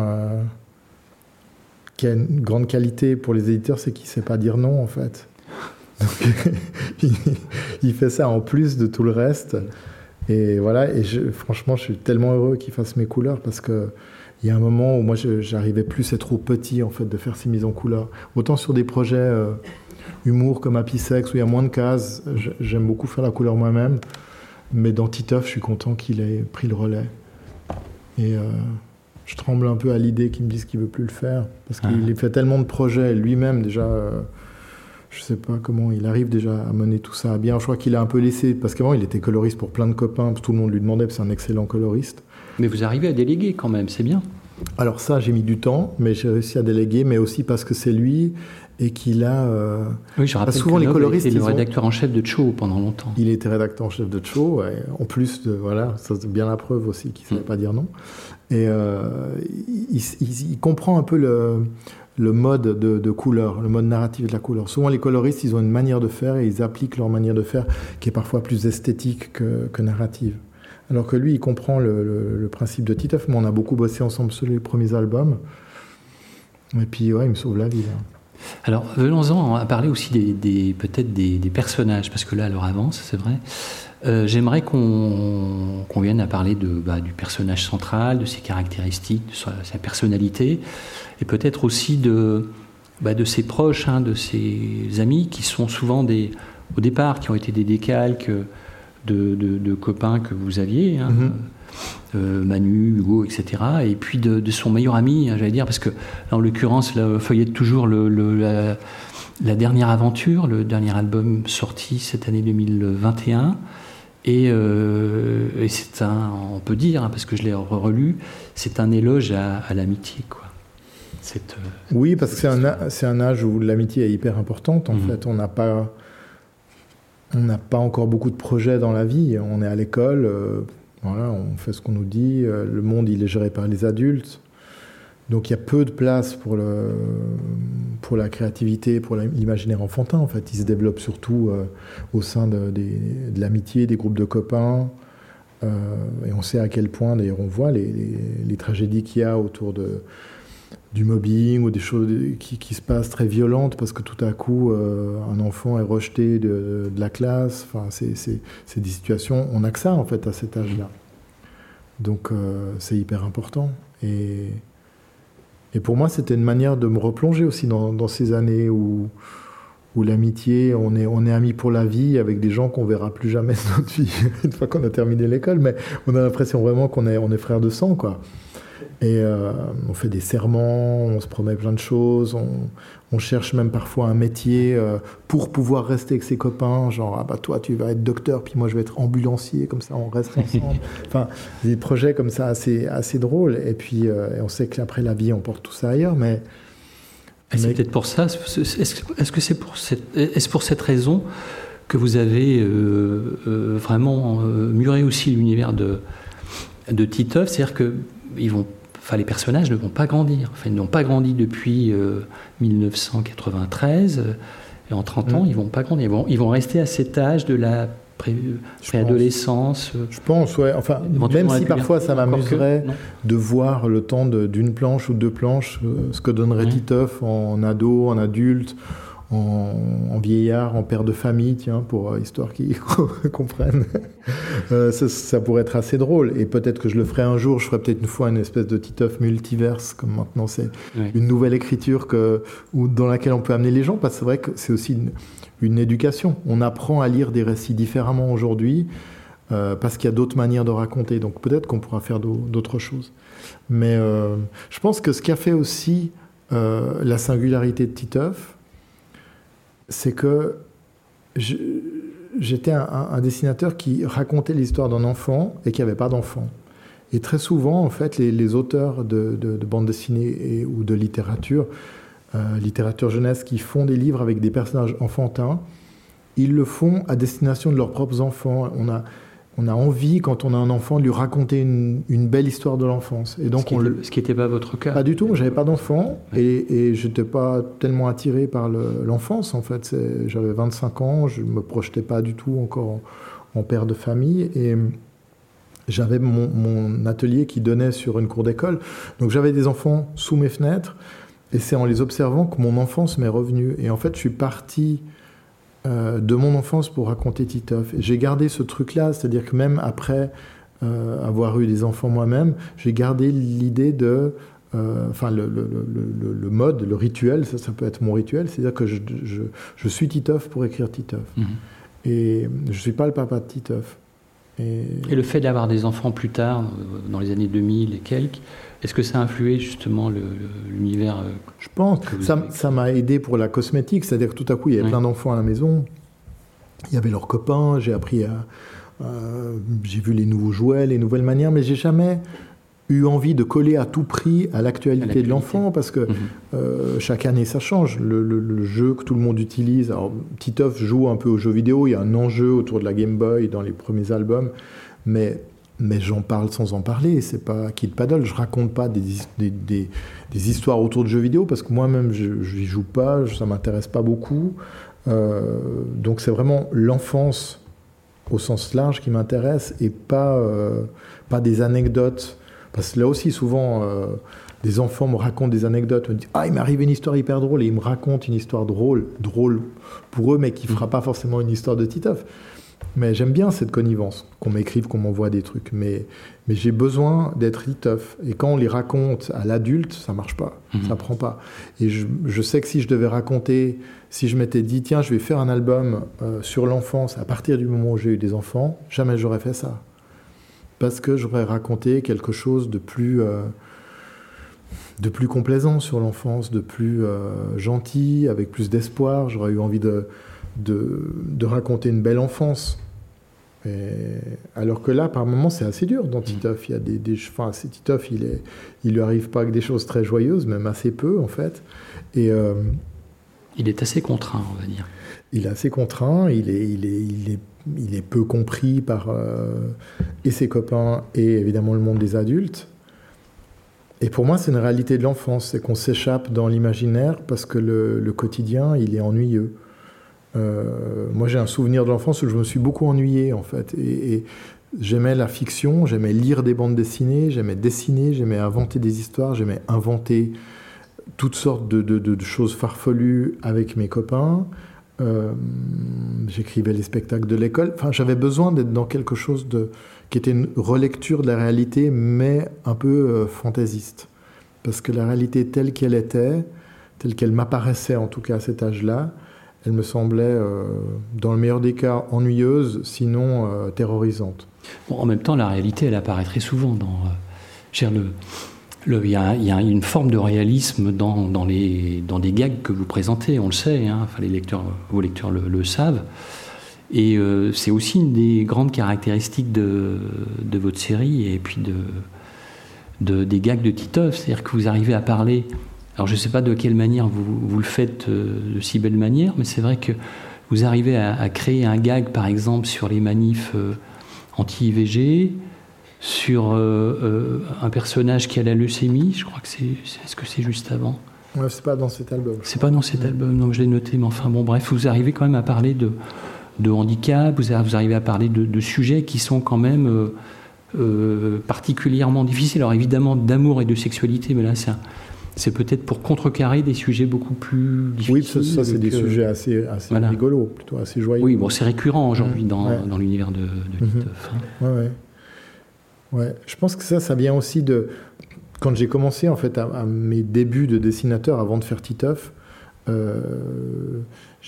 qui a une grande qualité pour les éditeurs, c'est qu'il ne sait pas dire non, en fait. Donc, il fait ça en plus de tout le reste. Et voilà, franchement, je suis tellement heureux qu'il fasse mes couleurs parce que il y a un moment où moi, j'arrivais plus, c'est trop petit, en fait, de faire ces mises en couleur. Autant sur des projets humour comme Happy Sex, où il y a moins de cases, j'aime beaucoup faire la couleur moi-même. Mais dans Titeuf, je suis content qu'il ait pris le relais. Et je tremble un peu à l'idée qu'il me dise qu'il ne veut plus le faire. Parce qu'il fait tellement de projets, lui-même, déjà... je ne sais pas comment il arrive déjà à mener tout ça à bien. Je crois qu'il a un peu laissé... Parce qu'avant, il était coloriste pour plein de copains. Tout le monde lui demandait, c'est un excellent coloriste. Mais vous arrivez à déléguer quand même, c'est bien. Alors ça, j'ai mis du temps, mais j'ai réussi à déléguer, mais aussi parce que c'est lui et qu'il a... Oui, je rappelle souvent que les coloristes, il était le rédacteur en chef de Cho pendant longtemps. Il était rédacteur en chef de Cho, en plus de... Voilà, ça c'est bien la preuve aussi qu'il ne savait pas dire non. Et il comprend un peu le mode de couleur, le mode narratif de la couleur. Souvent, les coloristes, ils ont une manière de faire et ils appliquent leur manière de faire qui est parfois plus esthétique que narrative. Alors que lui, il comprend le principe de Titeuf, mais on a beaucoup bossé ensemble sur les premiers albums. Et puis, il me sauve la vie, là. Alors, venons-en à parler aussi peut-être des personnages, parce que là, l'heure avance, c'est vrai. J'aimerais qu'on vienne à parler du personnage central, de ses caractéristiques, de sa personnalité, et peut-être aussi de ses proches, de ses amis, qui sont souvent au départ, qui ont été des décalques de copains que vous aviez, Manu, Hugo, etc. Et puis de son meilleur ami, j'allais dire, parce que là, en l'occurrence, là, feuillette toujours la dernière aventure, le dernier album sorti cette année 2021. Et c'est on peut dire, parce que je l'ai relu, c'est un éloge à l'amitié, quoi. Oui, parce que c'est un âge où l'amitié est hyper importante. En fait, on n'a pas encore beaucoup de projets dans la vie. On est à l'école, voilà, on fait ce qu'on nous dit. Le monde, il est géré par les adultes. Donc, il y a peu de place pour la créativité, pour l'imaginaire enfantin. En fait, il se développe surtout au sein de l'amitié, des groupes de copains. Et on sait à quel point, d'ailleurs, on voit les tragédies qu'il y a autour du mobbing ou des choses qui se passent très violentes parce que tout à coup, un enfant est rejeté de la classe. Enfin, c'est des situations... On n'a que ça, en fait, à cet âge-là. Donc, c'est hyper important. Et pour moi, c'était une manière de me replonger aussi dans ces années où l'amitié, on est amis pour la vie avec des gens qu'on ne verra plus jamais de notre vie, une fois qu'on a terminé l'école, mais on a l'impression vraiment qu'on est frères de sang, quoi. Et on fait des serments, on se promet plein de choses, on cherche même parfois un métier pour pouvoir rester avec ses copains, genre toi tu vas être docteur, puis moi je vais être ambulancier, comme ça on reste ensemble. Enfin, des projets comme ça assez drôles. Et puis on sait qu'après la vie on porte tout ça ailleurs, mais c'est peut-être pour ça. Est-ce que c'est pour cette raison que vous avez vraiment muré aussi l'univers de Titeuf, c'est-à-dire que les personnages ne vont pas grandir. Enfin, ils n'ont pas grandi depuis 1993. Et en 30 ans, ils vont pas grandir. Ils vont rester à cet âge de la préadolescence. Je pense, ouais. Enfin, même si parfois ça m'amuserait de voir le temps d'une planche ou 2 planches, ce que donnerait Titeuf en ado, en adulte, en vieillard, en père de famille, tiens, pour histoire qu'ils comprennent. Ça pourrait être assez drôle. Et peut-être que je le ferai un jour. Je ferai peut-être une fois une espèce de Titeuf multiverse, comme maintenant c'est une nouvelle écriture dans laquelle on peut amener les gens. Parce que c'est vrai que c'est aussi une éducation. On apprend à lire des récits différemment aujourd'hui parce qu'il y a d'autres manières de raconter. Donc peut-être qu'on pourra faire d'autres choses. Mais je pense que ce qui a fait aussi la singularité de Titeuf, c'est que j'étais un dessinateur qui racontait l'histoire d'un enfant et qui n'avait pas d'enfant. Et très souvent, en fait, les auteurs de bande dessinée ou de littérature jeunesse, qui font des livres avec des personnages enfantins, ils le font à destination de leurs propres enfants. On a envie, quand on a un enfant, de lui raconter une belle histoire de l'enfance. Et donc ce qui n'était pas votre cas. Pas du tout, j'avais pas d'enfant et je n'étais pas tellement attiré par l'enfance, en fait. J'avais 25 ans, je ne me projetais pas du tout encore en père de famille et j'avais mon atelier qui donnait sur une cour d'école. Donc j'avais des enfants sous mes fenêtres. Et c'est en les observant que mon enfance m'est revenue. Et en fait, je suis parti de mon enfance pour raconter Titeuf. Et j'ai gardé ce truc-là, c'est-à-dire que même après avoir eu des enfants moi-même, j'ai gardé l'idée de... le mode, le rituel, ça peut être mon rituel, c'est-à-dire que je suis Titeuf pour écrire Titeuf. Et je ne suis pas le papa de Titeuf. Et le fait d'avoir des enfants plus tard, dans les années 2000 et quelques, est-ce que ça a influé justement l'univers Je pense. Ça m'a aidé pour la cosmétique, c'est-à-dire que tout à coup, il y avait plein d'enfants à la maison, il y avait leurs copains, j'ai appris j'ai vu les nouveaux jouets, les nouvelles manières, mais j'ai jamais eu envie de coller à tout prix à l'actualité de l'enfant, parce que chaque année ça change. Le jeu que tout le monde utilise, alors Titeuf joue un peu aux jeux vidéo, il y a un enjeu autour de la Game Boy dans les premiers albums, mais j'en parle sans en parler, c'est pas Kid Paddle, je raconte pas des histoires autour de jeux vidéo, parce que moi-même je n'y joue pas, ça m'intéresse pas beaucoup, donc c'est vraiment l'enfance au sens large qui m'intéresse, et pas des anecdotes. Parce que là aussi, souvent, des enfants me racontent des anecdotes, me disent « Ah, il m'est arrivé une histoire hyper drôle », et ils me racontent une histoire drôle pour eux, mais qui ne fera pas forcément une histoire de Titeuf. Mais j'aime bien cette connivence, qu'on m'écrive, qu'on m'envoie des trucs, mais j'ai besoin d'être Titeuf. Et quand on les raconte à l'adulte, ça ne marche pas, ça ne prend pas. Et je sais que si je devais raconter, si je m'étais dit « Tiens, je vais faire un album sur l'enfance à partir du moment où j'ai eu des enfants », jamais j'aurais fait ça. Parce que j'aurais raconté quelque chose de plus complaisant sur l'enfance, de plus gentil, avec plus d'espoir. J'aurais eu envie de raconter une belle enfance. Alors que là, par moments, c'est assez dur dans Titeuf. Il y a Titeuf, il lui arrive pas que des choses très joyeuses, même assez peu, en fait. Et il est assez contraint, on va dire. Il est assez contraint, il est peu compris par et ses copains et évidemment le monde des adultes. Et pour moi, c'est une réalité de l'enfance, c'est qu'on s'échappe dans l'imaginaire parce que le quotidien, il est ennuyeux. Moi, j'ai un souvenir de l'enfance où je me suis beaucoup ennuyé, en fait. Et j'aimais la fiction, j'aimais lire des bandes dessinées, j'aimais dessiner, j'aimais inventer des histoires, j'aimais inventer toutes sortes de choses farfelues avec mes copains. J'écrivais les spectacles de l'école. Enfin, j'avais besoin d'être dans quelque chose qui était une relecture de la réalité, mais un peu fantaisiste. Parce que la réalité telle qu'elle était, telle qu'elle m'apparaissait en tout cas à cet âge-là, elle me semblait, dans le meilleur des cas, ennuyeuse, sinon terrorisante. Bon, en même temps, la réalité, elle apparaît très souvent dans... Il y a une forme de réalisme dans des gags que vous présentez, on le sait, hein, enfin, vos lecteurs le savent. Et c'est aussi une des grandes caractéristiques de votre série et puis des gags de Titeuf. C'est-à-dire que vous arrivez à parler... Alors je ne sais pas de quelle manière vous le faites de si belle manière, mais c'est vrai que vous arrivez à créer un gag, par exemple, sur les manifs anti-IVG, sur un personnage qui a la leucémie, je crois que est-ce que c'est juste avant ? C'est pas dans cet album. C'est pas dans cet album, non, je l'ai noté, mais enfin bon, bref, vous arrivez quand même à parler de handicap, vous arrivez à parler de sujets qui sont quand même particulièrement difficiles. Alors évidemment, d'amour et de sexualité, mais là, c'est peut-être pour contrecarrer des sujets beaucoup plus difficiles. Oui, ça c'est des sujets assez voilà. Rigolos, plutôt assez joyeux. Oui, bon, c'est récurrent aujourd'hui dans l'univers de Titeuf. Ouais. Je pense que ça vient aussi de... Quand j'ai commencé en fait à mes débuts de dessinateur avant de faire Titeuf, je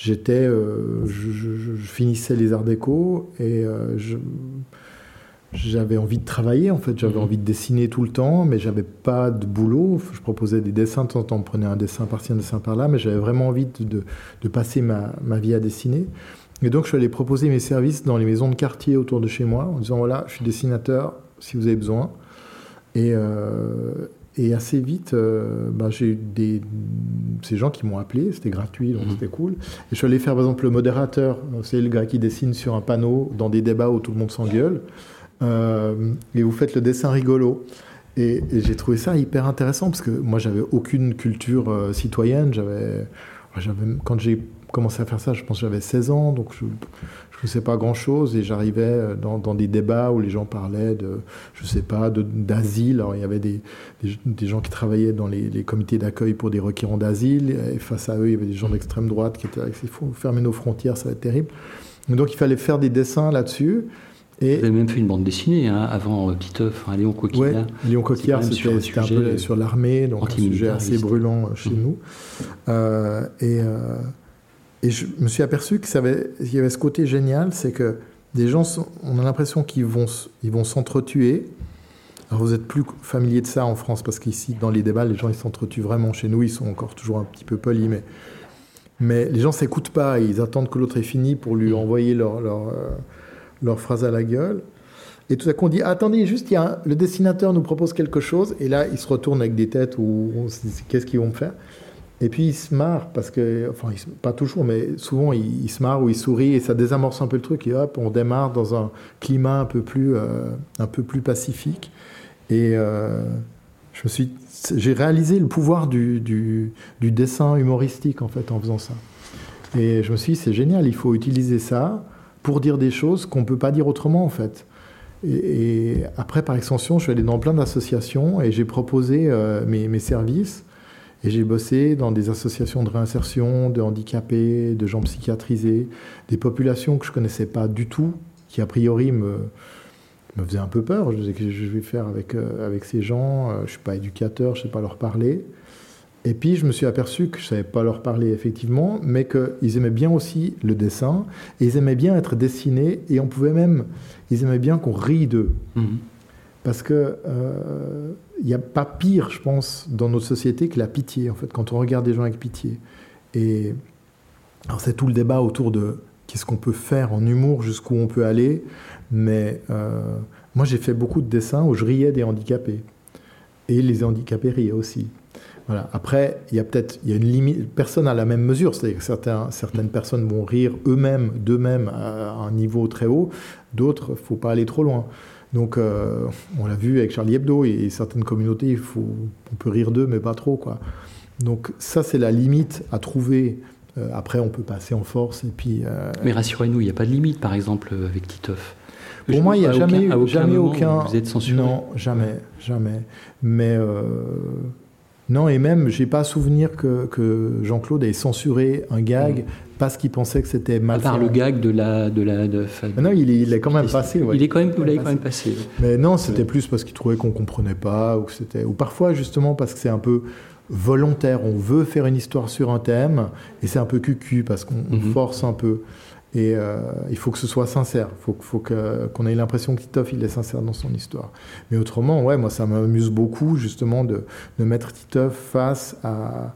finissais les Arts Déco et j'avais envie de travailler en fait, j'avais envie de dessiner tout le temps, mais j'avais pas de boulot. Je proposais des dessins de temps en temps, on prenait un dessin par-ci, un dessin par-là, mais j'avais vraiment envie de passer ma vie à dessiner. Et donc je suis allé proposer mes services dans les maisons de quartier autour de chez moi en disant voilà, je suis dessinateur si vous avez besoin. Et assez vite, j'ai eu ces gens qui m'ont appelé, c'était gratuit, donc c'était cool. Et je suis allé faire par exemple le modérateur, c'est le gars qui dessine sur un panneau dans des débats où tout le monde s'engueule. Et vous faites le dessin rigolo. Et j'ai trouvé ça hyper intéressant parce que moi, j'avais aucune culture citoyenne. Quand j'ai commencé à faire ça, je pense que j'avais 16 ans, donc je ne sais pas grand-chose. Et j'arrivais dans des débats où les gens parlaient d'asile. Alors, il y avait des gens qui travaillaient dans les comités d'accueil pour des requérants d'asile. Et face à eux, il y avait des gens d'extrême droite qui étaient il faut fermer nos frontières, ça va être terrible. Et donc, il fallait faire des dessins là-dessus. Et vous avez même fait une bande dessinée avant Titeuf, Léon Coquillard. Oui, Léon Coquillard, c'était un peu sur l'armée, donc un sujet assez brûlant chez nous. Et je me suis aperçu qu'il y avait ce côté génial, c'est que des gens, on a l'impression qu'ils vont s'entretuer. Alors vous êtes plus familier de ça en France, parce qu'ici, dans les débats, les gens ils s'entretuent vraiment. Chez nous, ils sont encore toujours un petit peu polis, mais les gens s'écoutent pas, ils attendent que l'autre ait fini pour lui envoyer leur phrase à la gueule. Et tout à coup, on dit « Attendez, juste, le dessinateur nous propose quelque chose. » Et là, ils se retournent avec des têtes où on se dit « Qu'est-ce qu'ils vont me faire ?» Et puis, ils se marrent, parce que... Enfin, pas toujours, mais souvent, ils se marrent ou ils sourient, et ça désamorce un peu le truc. Et hop, on démarre dans un climat un peu plus pacifique. Et j'ai réalisé le pouvoir du dessin humoristique, en fait, en faisant ça. Et je me suis dit « C'est génial, il faut utiliser ça pour dire des choses qu'on ne peut pas dire autrement, en fait. » Et après, par extension, je suis allé dans plein d'associations et j'ai proposé mes services. Et j'ai bossé dans des associations de réinsertion, de handicapés, de gens psychiatrisés, des populations que je ne connaissais pas du tout, qui a priori me faisaient un peu peur. Je me disais que je vais faire avec ces gens, je ne suis pas éducateur, je ne sais pas leur parler. Et puis, je me suis aperçu que je ne savais pas leur parler, effectivement, mais qu'ils aimaient bien aussi le dessin, et ils aimaient bien être dessinés, et ils aimaient bien qu'on rie d'eux. Parce que n'y a pas pire, je pense, dans notre société que la pitié, en fait, quand on regarde des gens avec pitié. Et alors, c'est tout le débat autour de qu'est-ce qu'on peut faire en humour, jusqu'où on peut aller, mais moi, j'ai fait beaucoup de dessins où je riais des handicapés, et les handicapés riaient aussi. Voilà. Après, il y a une limite. Personne n'a la même mesure. C'est-à-dire que certaines personnes vont rire d'eux-mêmes à un niveau très haut. D'autres, il ne faut pas aller trop loin. Donc, on l'a vu avec Charlie Hebdo et certaines communautés, on peut rire d'eux, mais pas trop, quoi. Donc, ça, c'est la limite à trouver. Après, on peut passer en force. Et puis, mais rassurez-nous, il n'y a pas de limite, par exemple, avec Titeuf. Pour moi, il n'y a jamais aucun. Vous êtes censuré. Non, jamais. Mais. Non, et même, je n'ai pas souvenir que Jean-Claude ait censuré un gag parce qu'il pensait que c'était mal fait. À part le gag de la non, il est quand même passé. Ouais. Vous l'avez quand même passé. Mais non, c'était plus parce qu'il trouvait qu'on ne comprenait pas, ou parfois justement parce que c'est un peu volontaire. On veut faire une histoire sur un thème, et c'est un peu cucu parce qu'on force un peu. Et il faut que ce soit sincère. Il faut qu'on ait l'impression que Titeuf, il est sincère dans son histoire. Mais autrement, ouais, moi, ça m'amuse beaucoup, justement, de mettre Titeuf face à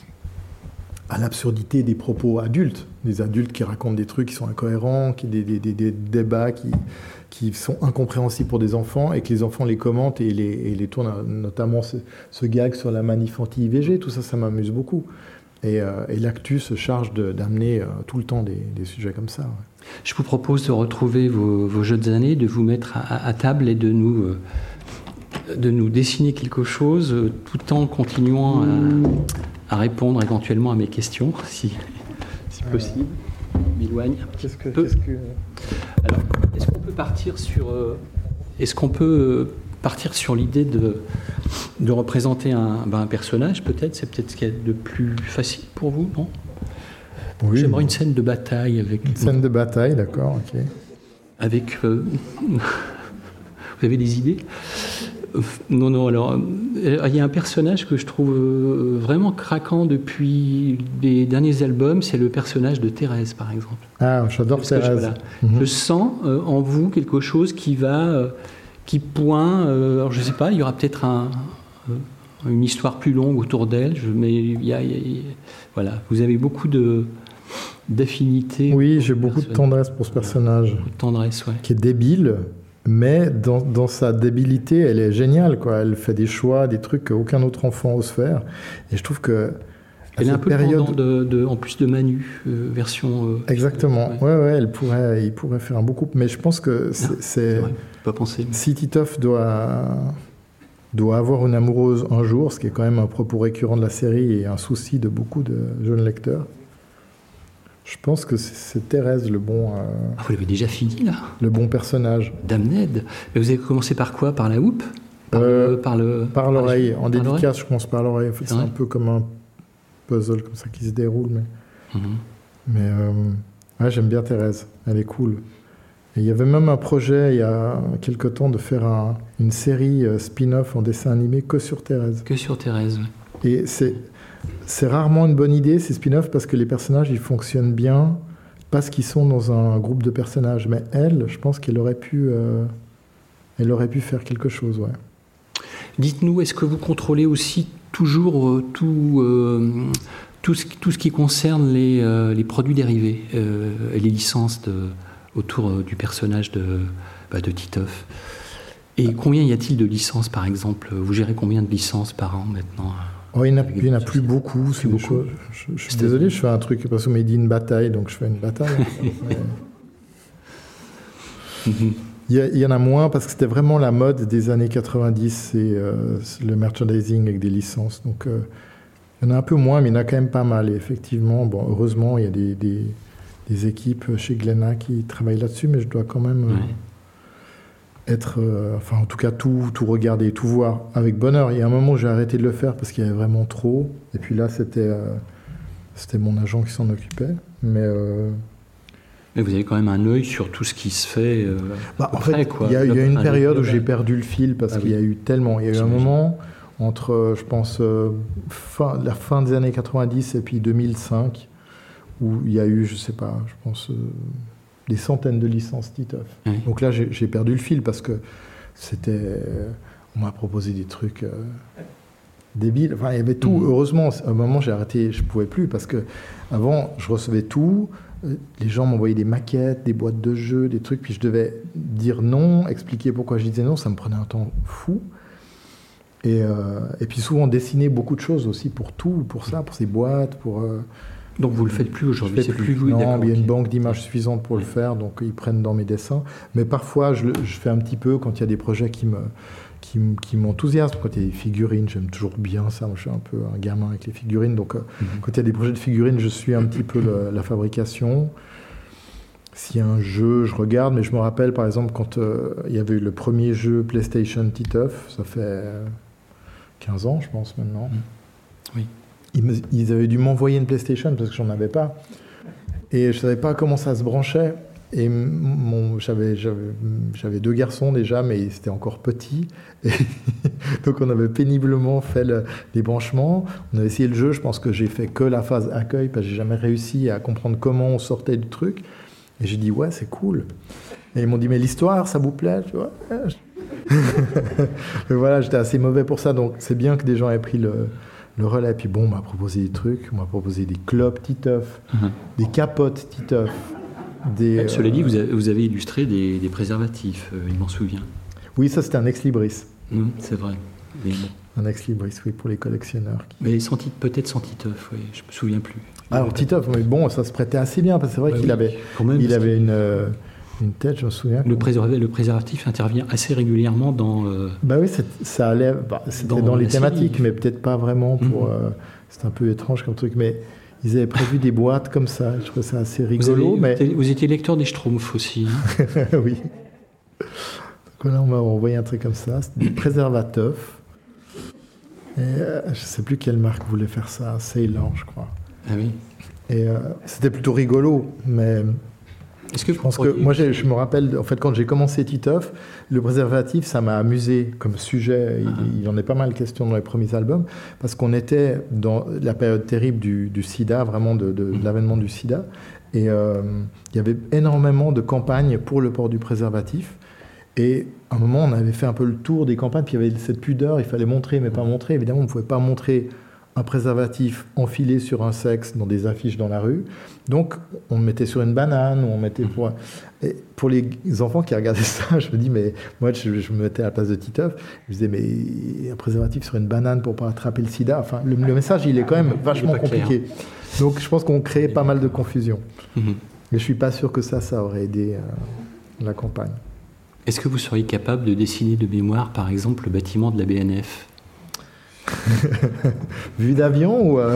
l'absurdité des propos adultes. Des adultes qui racontent des trucs qui sont incohérents, des débats qui sont incompréhensibles pour des enfants, et que les enfants les commentent et les tournent, notamment ce gag sur la manif anti-IVG. Tout ça, ça m'amuse beaucoup. Et l'Actu se charge d'amener tout le temps des sujets comme ça. Ouais. Je vous propose de retrouver vos jeunes années, de vous mettre à table et de nous dessiner quelque chose, tout en continuant à répondre éventuellement à mes questions, si possible. M'éloigne un petit peu. Alors, est-ce qu'on peut partir sur l'idée de représenter un personnage, peut-être? C'est peut-être ce qu'il y a de plus facile pour vous, non? Oui. J'aimerais une scène de bataille avec... Une scène de bataille, d'accord, ok. Avec... vous avez des idées? Non, alors... Il y a un personnage que je trouve vraiment craquant depuis les derniers albums, c'est le personnage de Thérèse, par exemple. Ah, j'adore Thérèse. Je sens en vous quelque chose qui pointe... alors, je ne sais pas, il y aura peut-être une histoire plus longue autour d'elle, mais voilà, vous avez beaucoup d'affinité. Oui, j'ai beaucoup de tendresse pour ce personnage. Beaucoup de tendresse, ouais. Qui est débile, mais dans sa débilité, elle est géniale, quoi. Elle fait des choix, des trucs qu'aucun autre enfant ose faire. Et je trouve que... Elle est un peu le pendant en plus de Manu, version... Exactement. Ouais, il pourrait faire un beau couple. Mais je pense que c'est vrai, pas pensé. Si Titeuf doit avoir une amoureuse un jour, ce qui est quand même un propos récurrent de la série et un souci de beaucoup de jeunes lecteurs, je pense que c'est Thérèse le bon... vous l'avez déjà fini, là? Le bon personnage. Dame Ned. Mais vous avez commencé par quoi? Par la houppe? Par l'oreille. En dédicace, je commence par l'oreille. En fait, c'est un peu comme un puzzle comme ça qui se déroule. Mais j'aime bien Thérèse. Elle est cool. Et il y avait même un projet, il y a quelque temps, de faire une série spin-off en dessin animé que sur Thérèse. Que sur Thérèse, oui. Et c'est rarement une bonne idée, ces spin-offs, parce que les personnages, ils fonctionnent bien parce qu'ils sont dans un groupe de personnages. Mais elle, je pense qu'elle aurait pu faire quelque chose, ouais. Dites-nous, est-ce que vous contrôlez aussi toujours tout ce qui concerne les produits dérivés, les licences autour du personnage de Titeuf? Et combien y a-t-il de licences, par exemple? Vous gérez combien de licences par an maintenant? Il n'y en a plus beaucoup. C'est beaucoup. Je suis désolé, je fais un truc parce qu'on m'a dit une bataille, donc je fais une bataille. Il y en a moins parce que c'était vraiment la mode des années 90, c'est le merchandising avec des licences. Donc il y en a un peu moins, mais il y en a quand même pas mal. Et effectivement, heureusement, il y a des équipes chez Glénat qui travaillent là-dessus, mais je dois quand même être... en tout cas, tout regarder, tout voir avec bonheur. Il y a un moment où j'ai arrêté de le faire parce qu'il y avait vraiment trop. Et puis là, c'était mon agent qui s'en occupait. Mais vous avez quand même un œil sur tout ce qui se fait. En fait, il y a une période où j'ai perdu le fil parce qu'il y a eu tellement. Il y a eu un moment entre, je pense, la fin des années 90 et puis 2005 où il y a eu, je sais pas, je pense, des centaines de licences Titeuf. Oui. Donc là, j'ai perdu le fil parce que on m'a proposé des trucs débiles. Enfin, il y avait tout. Heureusement, à un moment, j'ai arrêté, je pouvais plus parce que avant, je recevais tout. Les gens m'envoyaient des maquettes, des boîtes de jeux, des trucs, puis je devais dire non, expliquer pourquoi je disais non, ça me prenait un temps fou. Et puis souvent dessiner beaucoup de choses aussi pour ces boîtes, Donc vous le faites plus aujourd'hui, c'est plus vous. Non, il y a une banque d'images suffisante pour le faire, donc ils prennent dans mes dessins. Mais parfois, je fais un petit peu quand il y a des projets qui m'enthousiasment. Quand il y a des figurines, j'aime toujours bien ça. Moi, je suis un peu un gamin avec les figurines. Donc, quand il y a des projets de figurines, je suis un petit peu la fabrication. S'il y a un jeu, je regarde. Mais je me rappelle, par exemple, quand il y avait eu le premier jeu PlayStation Titeuf, ça fait 15 ans, je pense, maintenant. Oui. Ils avaient dû m'envoyer une PlayStation parce que j'en avais pas. Et je savais pas comment ça se branchait. Et j'avais 2 garçons déjà, mais ils étaient encore petits. Et donc on avait péniblement fait les branchements. On avait essayé le jeu. Je pense que j'ai fait que la phase accueil parce que j'ai jamais réussi à comprendre comment on sortait du truc. Et j'ai dit ouais, c'est cool. Et ils m'ont dit mais l'histoire, ça vous plaît, tu vois? Et voilà, j'étais assez mauvais pour ça. Donc c'est bien que des gens aient pris le relais. Puis bon, on m'a proposé des trucs. On m'a proposé des clubs Titeuf, des capotes Titeuf. Cela dit, vous avez illustré des préservatifs, il m'en souvient. Oui, ça c'était un ex-libris. C'est vrai. Mais bon. Un ex-libris, oui, pour les collectionneurs. Mais peut-être sans Titeuf, oui, je me souviens plus. Alors Titeuf, mais bon, ça se prêtait assez bien, parce que c'est vrai qu'il avait une tête, je me souviens. Le préservatif intervient assez régulièrement dans... oui, ça allait, c'était dans les thématiques, mais peut-être pas vraiment pour... C'est un peu étrange comme truc, mais ils avaient prévu des boîtes comme ça. Je trouve ça assez rigolo. Vous étiez lecteur des Schtroumpfs aussi. Oui. Donc là, on m'a envoyé un truc comme ça. C'était des préservatifs. Et je ne sais plus quelle marque voulait faire ça. Sailor, je crois. Ah oui. Et c'était plutôt rigolo, mais... Je pense que moi, je me rappelle, en fait, quand j'ai commencé Titeuf, le préservatif, ça m'a amusé comme sujet. Il y en est pas mal question dans les premiers albums, parce qu'on était dans la période terrible du sida, vraiment de l'avènement du sida. Et il y avait énormément de campagnes pour le port du préservatif. Et à un moment, on avait fait un peu le tour des campagnes, puis il y avait cette pudeur, il fallait montrer, mais pas montrer. Évidemment, on ne pouvait pas montrer un préservatif enfilé sur un sexe dans des affiches dans la rue. Donc, on le mettait sur une banane, ou on mettait pour les enfants qui regardaient ça, je me dis, mais moi, je me mettais à la place de Titeuf, je me disais, mais un préservatif sur une banane pour pas attraper le sida, enfin, le message, il est quand même vachement compliqué. Donc, je pense qu'on crée pas mal de confusion. Mais je suis pas sûr que ça aurait aidé la campagne. Est-ce que vous seriez capable de dessiner de mémoire, par exemple, le bâtiment de la BNF ? Vue d'avion ou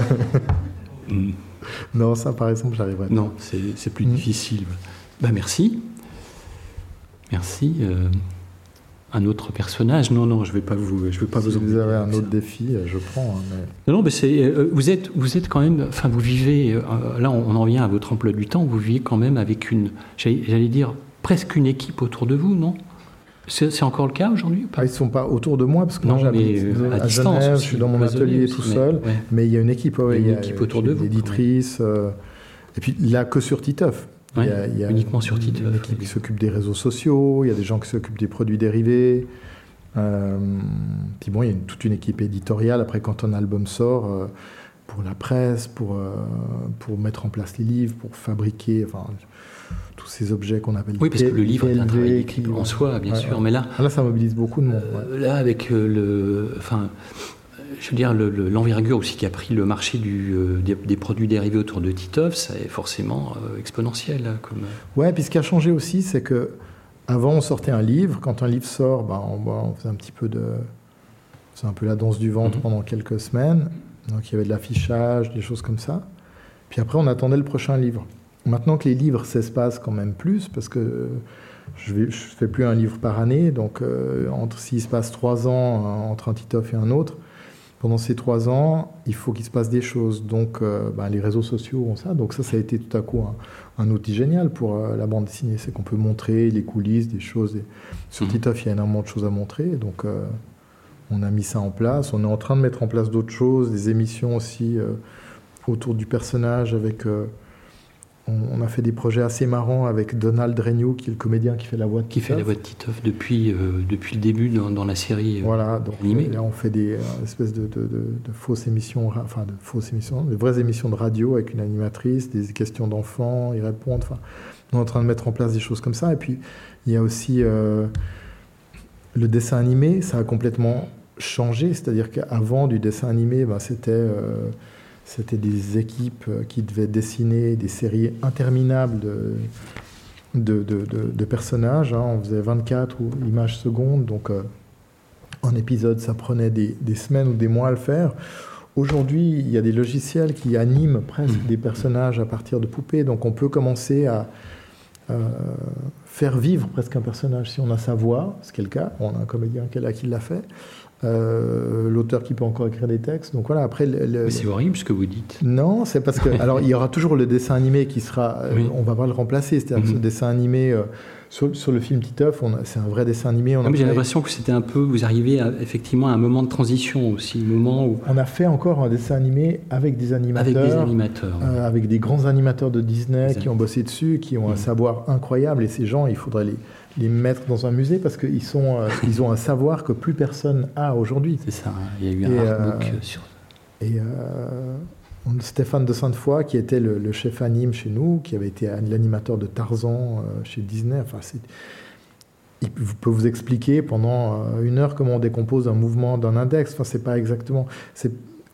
Non, ça par exemple, j'arriverai pas. Non, c'est plus difficile. Merci. Merci. Un autre personnage ? Non, je vais pas vous si vous avez un autre défi, je prends. Mais... Non, mais vous êtes quand même. Enfin, vous vivez. Là, on en vient à votre emploi du temps. Vous vivez quand même avec j'allais dire, presque une équipe autour de vous, non ? C'est encore le cas aujourd'hui ou pas ? Ils ne sont pas autour de moi, parce que moi j'habite à Genève, je suis dans mon atelier tout seul, mais il y a une équipe, il y a une équipe autour de vous. L'éditrice, et puis là que sur Titeuf. Il y a uniquement sur Titeuf. Une équipe qui s'occupe des réseaux sociaux, il y a des gens qui s'occupent des produits dérivés. Puis bon, il y a toute une équipe éditoriale, après quand un album sort, pour la presse, pour mettre en place les livres, pour fabriquer... tous ces objets qu'on appelle... Oui, parce que le livre est un travail d'équipe en soi, bien sûr, mais là... Là, ça mobilise beaucoup de monde. Là, avec l'envergure aussi qui a pris le marché des produits dérivés autour de Titeuf, ça est forcément exponentiel. Là, Ouais, puis ce qui a changé aussi, c'est que avant on sortait un livre. Quand un livre sort, on faisait un petit peu c'est un peu la danse du ventre pendant quelques semaines. Donc il y avait de l'affichage, des choses comme ça. Puis après, on attendait le prochain livre. Maintenant que les livres s'espacent quand même plus, parce que je ne fais plus un livre par année, donc s'il se passe 3 ans entre un Titeuf et un autre, pendant ces 3 ans, il faut qu'il se passe des choses. Donc les réseaux sociaux ont ça. Donc ça a été tout à coup un outil génial pour la bande dessinée. C'est qu'on peut montrer les coulisses, des choses. Sur Titeuf, il y a énormément de choses à montrer. Donc on a mis ça en place. On est en train de mettre en place d'autres choses, des émissions aussi autour du personnage avec... On a fait des projets assez marrants avec Donald Renew, qui est le comédien qui fait la voix de Titeuf. Qui fait la voix de Titeuf depuis le début dans la série donc animée. Là, on fait des espèces de fausses émissions, de vraies émissions de radio avec une animatrice, des questions d'enfants, ils répondent. On est en train de mettre en place des choses comme ça. Et puis, il y a aussi le dessin animé, ça a complètement changé. C'est-à-dire qu'avant, du dessin animé, c'était des équipes qui devaient dessiner des séries interminables de personnages. On faisait 24 images secondes, donc un épisode, ça prenait des semaines ou des mois à le faire. Aujourd'hui, il y a des logiciels qui animent presque des personnages à partir de poupées, donc on peut commencer à faire vivre presque un personnage si on a sa voix, ce qui est le cas. On a un comédien qui l'a fait. L'auteur qui peut encore écrire des textes. Donc voilà, après... Mais c'est horrible ce que vous dites. Non, c'est parce que... Alors, il y aura toujours le dessin animé qui sera... on va pas le remplacer. C'est-à-dire que ce dessin animé... Sur le film Titeuf, c'est un vrai dessin animé. J'ai l'impression que c'était un peu... Vous arrivez effectivement à un moment de transition aussi, moment où... On a fait encore un dessin animé avec des animateurs. Avec des grands animateurs de Disney qui ont bossé dessus, qui ont un savoir incroyable. Et ces gens, il faudrait les mettre dans un musée parce qu'ils ils ont un savoir que plus personne a aujourd'hui. C'est ça, il y a eu un artbook sur... Stéphane de Sainte-Foy, qui était le chef anime chez nous, qui avait été l'animateur de Tarzan chez Disney. Il peut vous expliquer pendant 1 heure comment on décompose un mouvement d'un index. C'est pas exactement...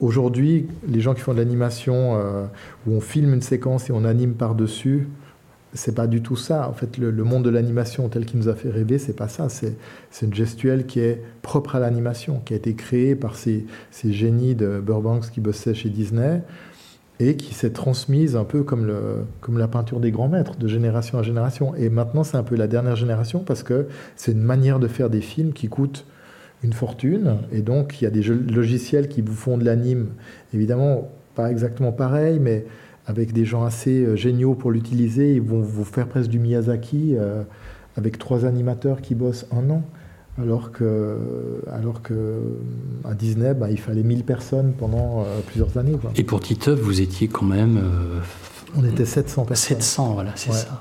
Aujourd'hui, les gens qui font de l'animation, où on filme une séquence et on anime par-dessus, c'est pas du tout ça. En fait, le monde de l'animation tel qu'il nous a fait rêver, c'est pas ça. C'est une gestuelle qui est propre à l'animation, qui a été créée par ces génies de Burbank qui bossaient chez Disney et qui s'est transmise un peu comme la peinture des grands maîtres, de génération à génération. Et maintenant, c'est un peu la dernière génération parce que c'est une manière de faire des films qui coûte une fortune. Et donc, il y a des logiciels qui vous font de l'anime, évidemment, pas exactement pareil, mais avec des gens assez géniaux pour l'utiliser. Ils vont vous faire presque du Miyazaki avec 3 animateurs qui bossent 1 an. Alors que à Disney, il fallait 1000 personnes pendant plusieurs années. Quoi. Et pour Titeuf, vous étiez quand même... On était 700 personnes. 700, voilà, c'est ça.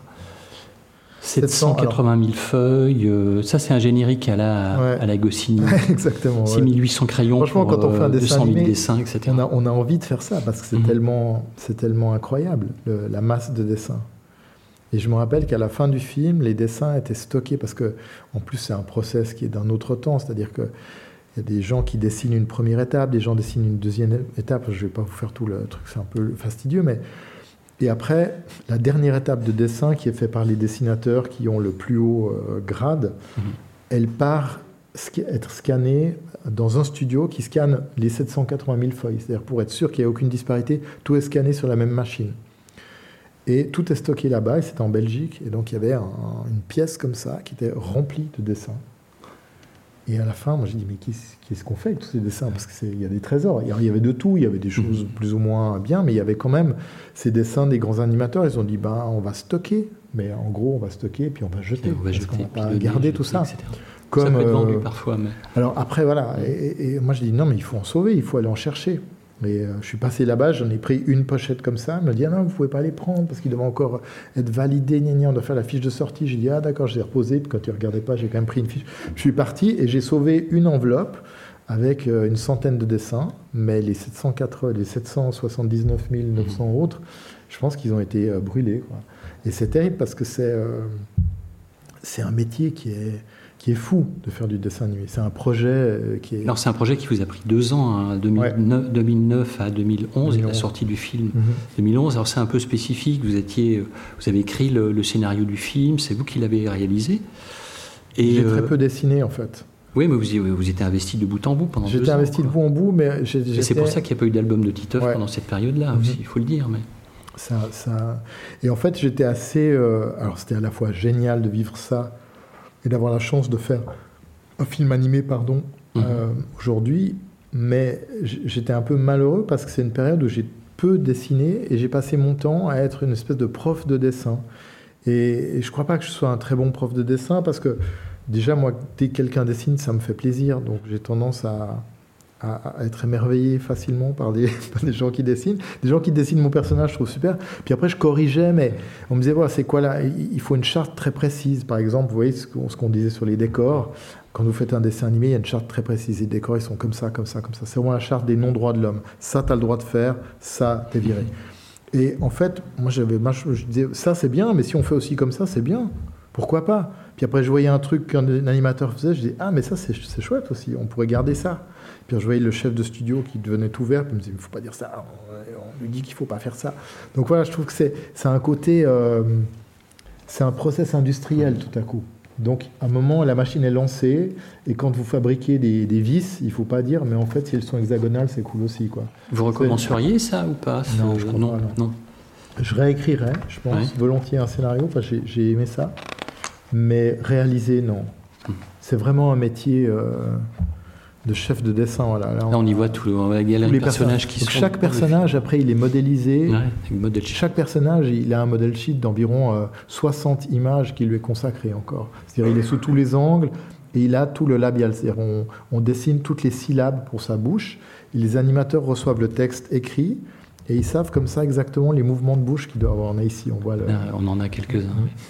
780 000 feuilles. Ça, c'est un générique à la Goscinny. Exactement. 6800 crayons. Franchement, pour quand on fait un dessin 200 000 animé, dessins, etc. On a envie de faire ça parce que c'est tellement incroyable, la masse de dessins. Et je me rappelle qu'à la fin du film, les dessins étaient stockés parce que, en plus, c'est un process qui est d'un autre temps. C'est-à-dire qu'il y a des gens qui dessinent une première étape, des gens dessinent une deuxième étape. Je ne vais pas vous faire tout le truc, c'est un peu fastidieux, mais... Et après, la dernière étape de dessin qui est faite par les dessinateurs qui ont le plus haut grade, elle part être scannée dans un studio qui scanne les 780 000 feuilles. C'est-à-dire pour être sûr qu'il n'y ait aucune disparité, tout est scanné sur la même machine. Et tout est stocké là-bas, et c'était en Belgique. Et donc il y avait une pièce comme ça qui était remplie de dessins. Et à la fin, moi j'ai dit, mais qu'est-ce qu'on fait avec tous ces dessins? Parce qu'il y a des trésors. Il y avait de tout, il y avait des choses plus ou moins bien, mais il y avait quand même ces dessins des grands animateurs. Ils ont dit, on va stocker. Mais en gros, on va stocker, puis on va jeter. Parce qu'on va pas garder tout ça. Etc. Comme, ça peut être vendu parfois. Mais... Alors après, voilà. Et moi je dis, non, mais il faut en sauver, il faut aller en chercher. Et je suis passé là-bas, j'en ai pris une pochette comme ça. Elle me dit, non, vous ne pouvez pas les prendre parce qu'ils doivent encore être validés, on doit faire la fiche de sortie. J'ai dit, d'accord, je les ai reposés. Puis quand tu ne regardais pas, j'ai quand même pris une fiche. Je suis parti et j'ai sauvé une enveloppe avec une centaine de dessins. Mais les 779 900 autres, je pense qu'ils ont été brûlés, quoi. Et c'est terrible parce que c'est un métier qui est fou de faire du dessin animé. C'est un projet qui est... Alors c'est un projet qui vous a pris 2 ans, 2009 à 2011, et la sortie du film 2011. Alors c'est un peu spécifique, vous avez écrit le scénario du film, c'est vous qui l'avez réalisé. Et j'ai très peu dessiné en fait. Oui, mais vous étiez investi de bout en bout pendant 2 ans. J'étais investi de bout en bout, mais... Et c'est pour ça qu'il n'y a pas eu d'album de Titeuf pendant cette période-là aussi, il faut le dire. Mais... Et en fait, j'étais assez... alors c'était à la fois génial de vivre ça, et d'avoir la chance de faire un film animé, aujourd'hui. Mais j'étais un peu malheureux parce que c'est une période où j'ai peu dessiné et j'ai passé mon temps à être une espèce de prof de dessin. Et je ne crois pas que je sois un très bon prof de dessin parce que déjà, moi, dès que quelqu'un dessine, ça me fait plaisir. Donc j'ai tendance à être émerveillé facilement par des gens qui dessinent. Des gens qui dessinent mon personnage, je trouve super. Puis après, je corrigeais, mais on me disait, voilà, c'est quoi là? Il faut une charte très précise. Par exemple, vous voyez ce qu'on disait sur les décors. Quand vous faites un dessin animé, il y a une charte très précise. Les décors, ils sont comme ça, comme ça, comme ça. C'est vraiment la charte des non-droits de l'homme. Ça, tu as le droit de faire. Ça, t'es viré. Et en fait, moi, je disais, ça, c'est bien, mais si on fait aussi comme ça, c'est bien. Pourquoi pas? Puis après, je voyais un truc qu'un animateur faisait, je disais, mais ça, c'est chouette aussi, on pourrait garder ça. Puis je voyais le chef de studio qui devenait tout vert, puis il me disait, il ne faut pas dire ça, on lui dit qu'il ne faut pas faire ça. Donc voilà, je trouve que c'est un côté, c'est un process industriel tout à coup. Donc à un moment, la machine est lancée, et quand vous fabriquez des vis, il ne faut pas dire, mais en fait, si elles sont hexagonales, c'est cool aussi, quoi. Vous recommenceriez ça ou pas? Non, je crois pas, non. Je réécrirais, je pense, volontiers un scénario, parce que j'ai aimé ça. Mais réaliser, non. C'est vraiment un métier de chef de dessin. Voilà. Là, on y voit tous les personnages qui sont... Chaque personnage, après, il est modélisé. Model sheet. Chaque personnage, il a un model sheet d'environ 60 images qui lui est consacré encore. C'est-à-dire, il est sous tous les angles et il a tout le labial. C'est-à-dire, on dessine toutes les syllabes pour sa bouche. Et les animateurs reçoivent le texte écrit et ils savent comme ça exactement les mouvements de bouche qu'il doit avoir. On a ici, on voit on en a quelques-uns,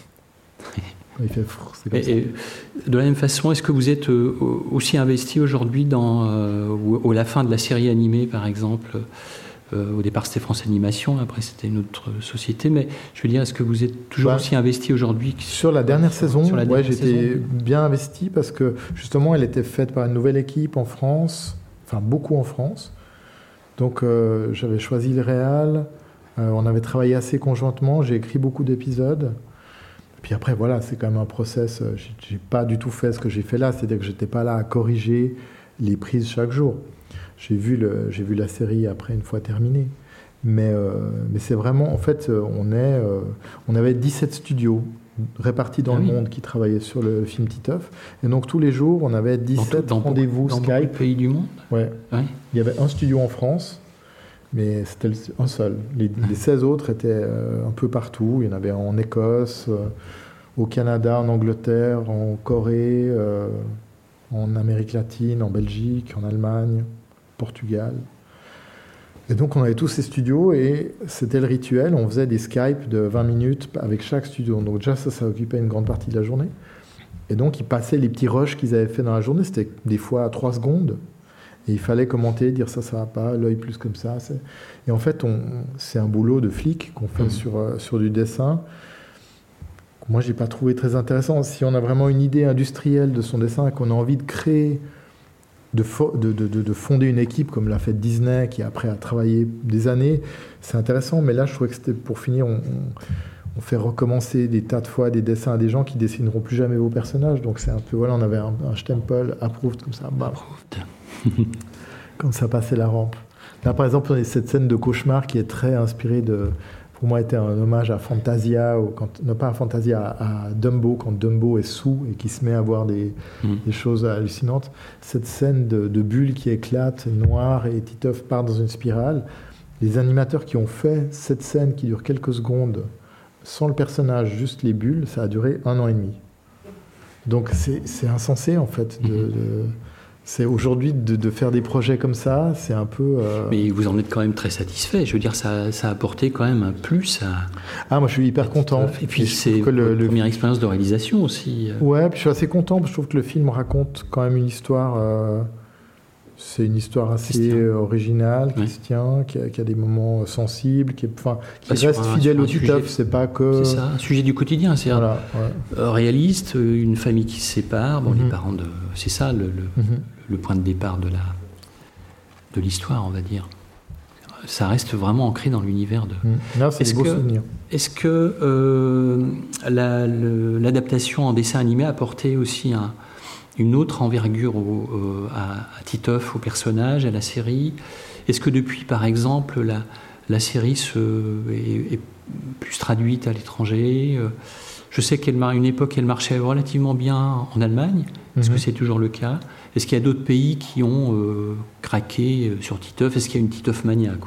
Il fait et de la même façon, est-ce que vous êtes aussi investi aujourd'hui à la fin de la série animée, par exemple, au départ c'était France Animation, après c'était une autre société, mais je veux dire, est-ce que vous êtes toujours aussi investi aujourd'hui? Sur la dernière saison, j'étais bien investi parce que justement elle était faite par une nouvelle équipe en France, enfin beaucoup en France. Donc j'avais choisi le réal, on avait travaillé assez conjointement, j'ai écrit beaucoup d'épisodes. Puis après, voilà, c'est quand même un process. J'ai pas du tout fait ce que j'ai fait là, c'est-à-dire que j'étais pas là à corriger les prises chaque jour. J'ai vu la série après une fois terminée. Mais c'est vraiment, en fait, on avait 17 studios répartis dans le monde qui travaillaient sur le film Titeuf. Et donc tous les jours, on avait 17 rendez-vous Skype. Dans beaucoup de pays du monde. Ouais. Il y avait un studio en France, mais c'était un seul. Les 16 autres étaient un peu partout. Il y en avait en Écosse, au Canada, en Angleterre, en Corée, en Amérique latine, en Belgique, en Allemagne, Portugal. Et donc on avait tous ces studios et c'était le rituel. On faisait des Skype de 20 minutes avec chaque studio. Donc déjà ça occupait une grande partie de la journée. Et donc ils passaient les petits rushs qu'ils avaient fait dans la journée. C'était des fois 3 secondes. Et il fallait commenter, dire ça va pas, l'œil plus comme ça. Et en fait, c'est un boulot de flic qu'on fait sur du dessin. Moi, je n'ai pas trouvé très intéressant. Si on a vraiment une idée industrielle de son dessin et qu'on a envie de créer, de fonder une équipe comme l'a fait Disney, qui après a travaillé des années, c'est intéressant. Mais là, je trouvais que c'était, pour finir, on fait recommencer des tas de fois des dessins à des gens qui dessineront plus jamais vos personnages. Donc c'est un peu, voilà, on avait un stempel approved comme ça. Bah, comme ça passait la rampe. Là, par exemple, on a cette scène de cauchemar qui est très inspirée de... Pour moi, était un hommage à Fantasia, non pas à Fantasia, à Dumbo, quand Dumbo est sous et qui se met à voir des choses hallucinantes. Cette scène de bulles qui éclate, noire, et Titeuf part dans une spirale. Les animateurs qui ont fait cette scène qui dure quelques secondes, sans le personnage, juste les bulles, ça a duré 1 an et demi. Donc c'est insensé, en fait, c'est aujourd'hui de faire des projets comme ça, c'est un peu... Mais vous en êtes quand même très satisfait. Je veux dire, ça a apporté quand même un plus à... Ah, moi je suis hyper content. Et puis c'est votre première expérience de réalisation aussi. Ouais, puis je suis assez content, parce que je trouve que le film raconte quand même une histoire... c'est une histoire assez originale, qui se tient, qui a des moments sensibles, qui reste fidèle au Titeuf, c'est pas que... C'est ça, un sujet du quotidien, c'est réaliste, une famille qui se sépare, les parents de... C'est ça le point de départ de l'histoire, on va dire. Ça reste vraiment ancré dans l'univers de... Non, c'est des beaux souvenirs. Est-ce que l'adaptation en dessin animé a apporté aussi une autre envergure à Titeuf, au personnage, à la série? Est-ce que depuis, par exemple, la série est plus traduite à l'étranger? Je sais qu'à une époque, elle marchait relativement bien en Allemagne. Est-ce que c'est toujours le cas? Est-ce qu'il y a d'autres pays qui ont craqué sur Titeuf? Est-ce qu'il y a une Titeuf mania, quoi?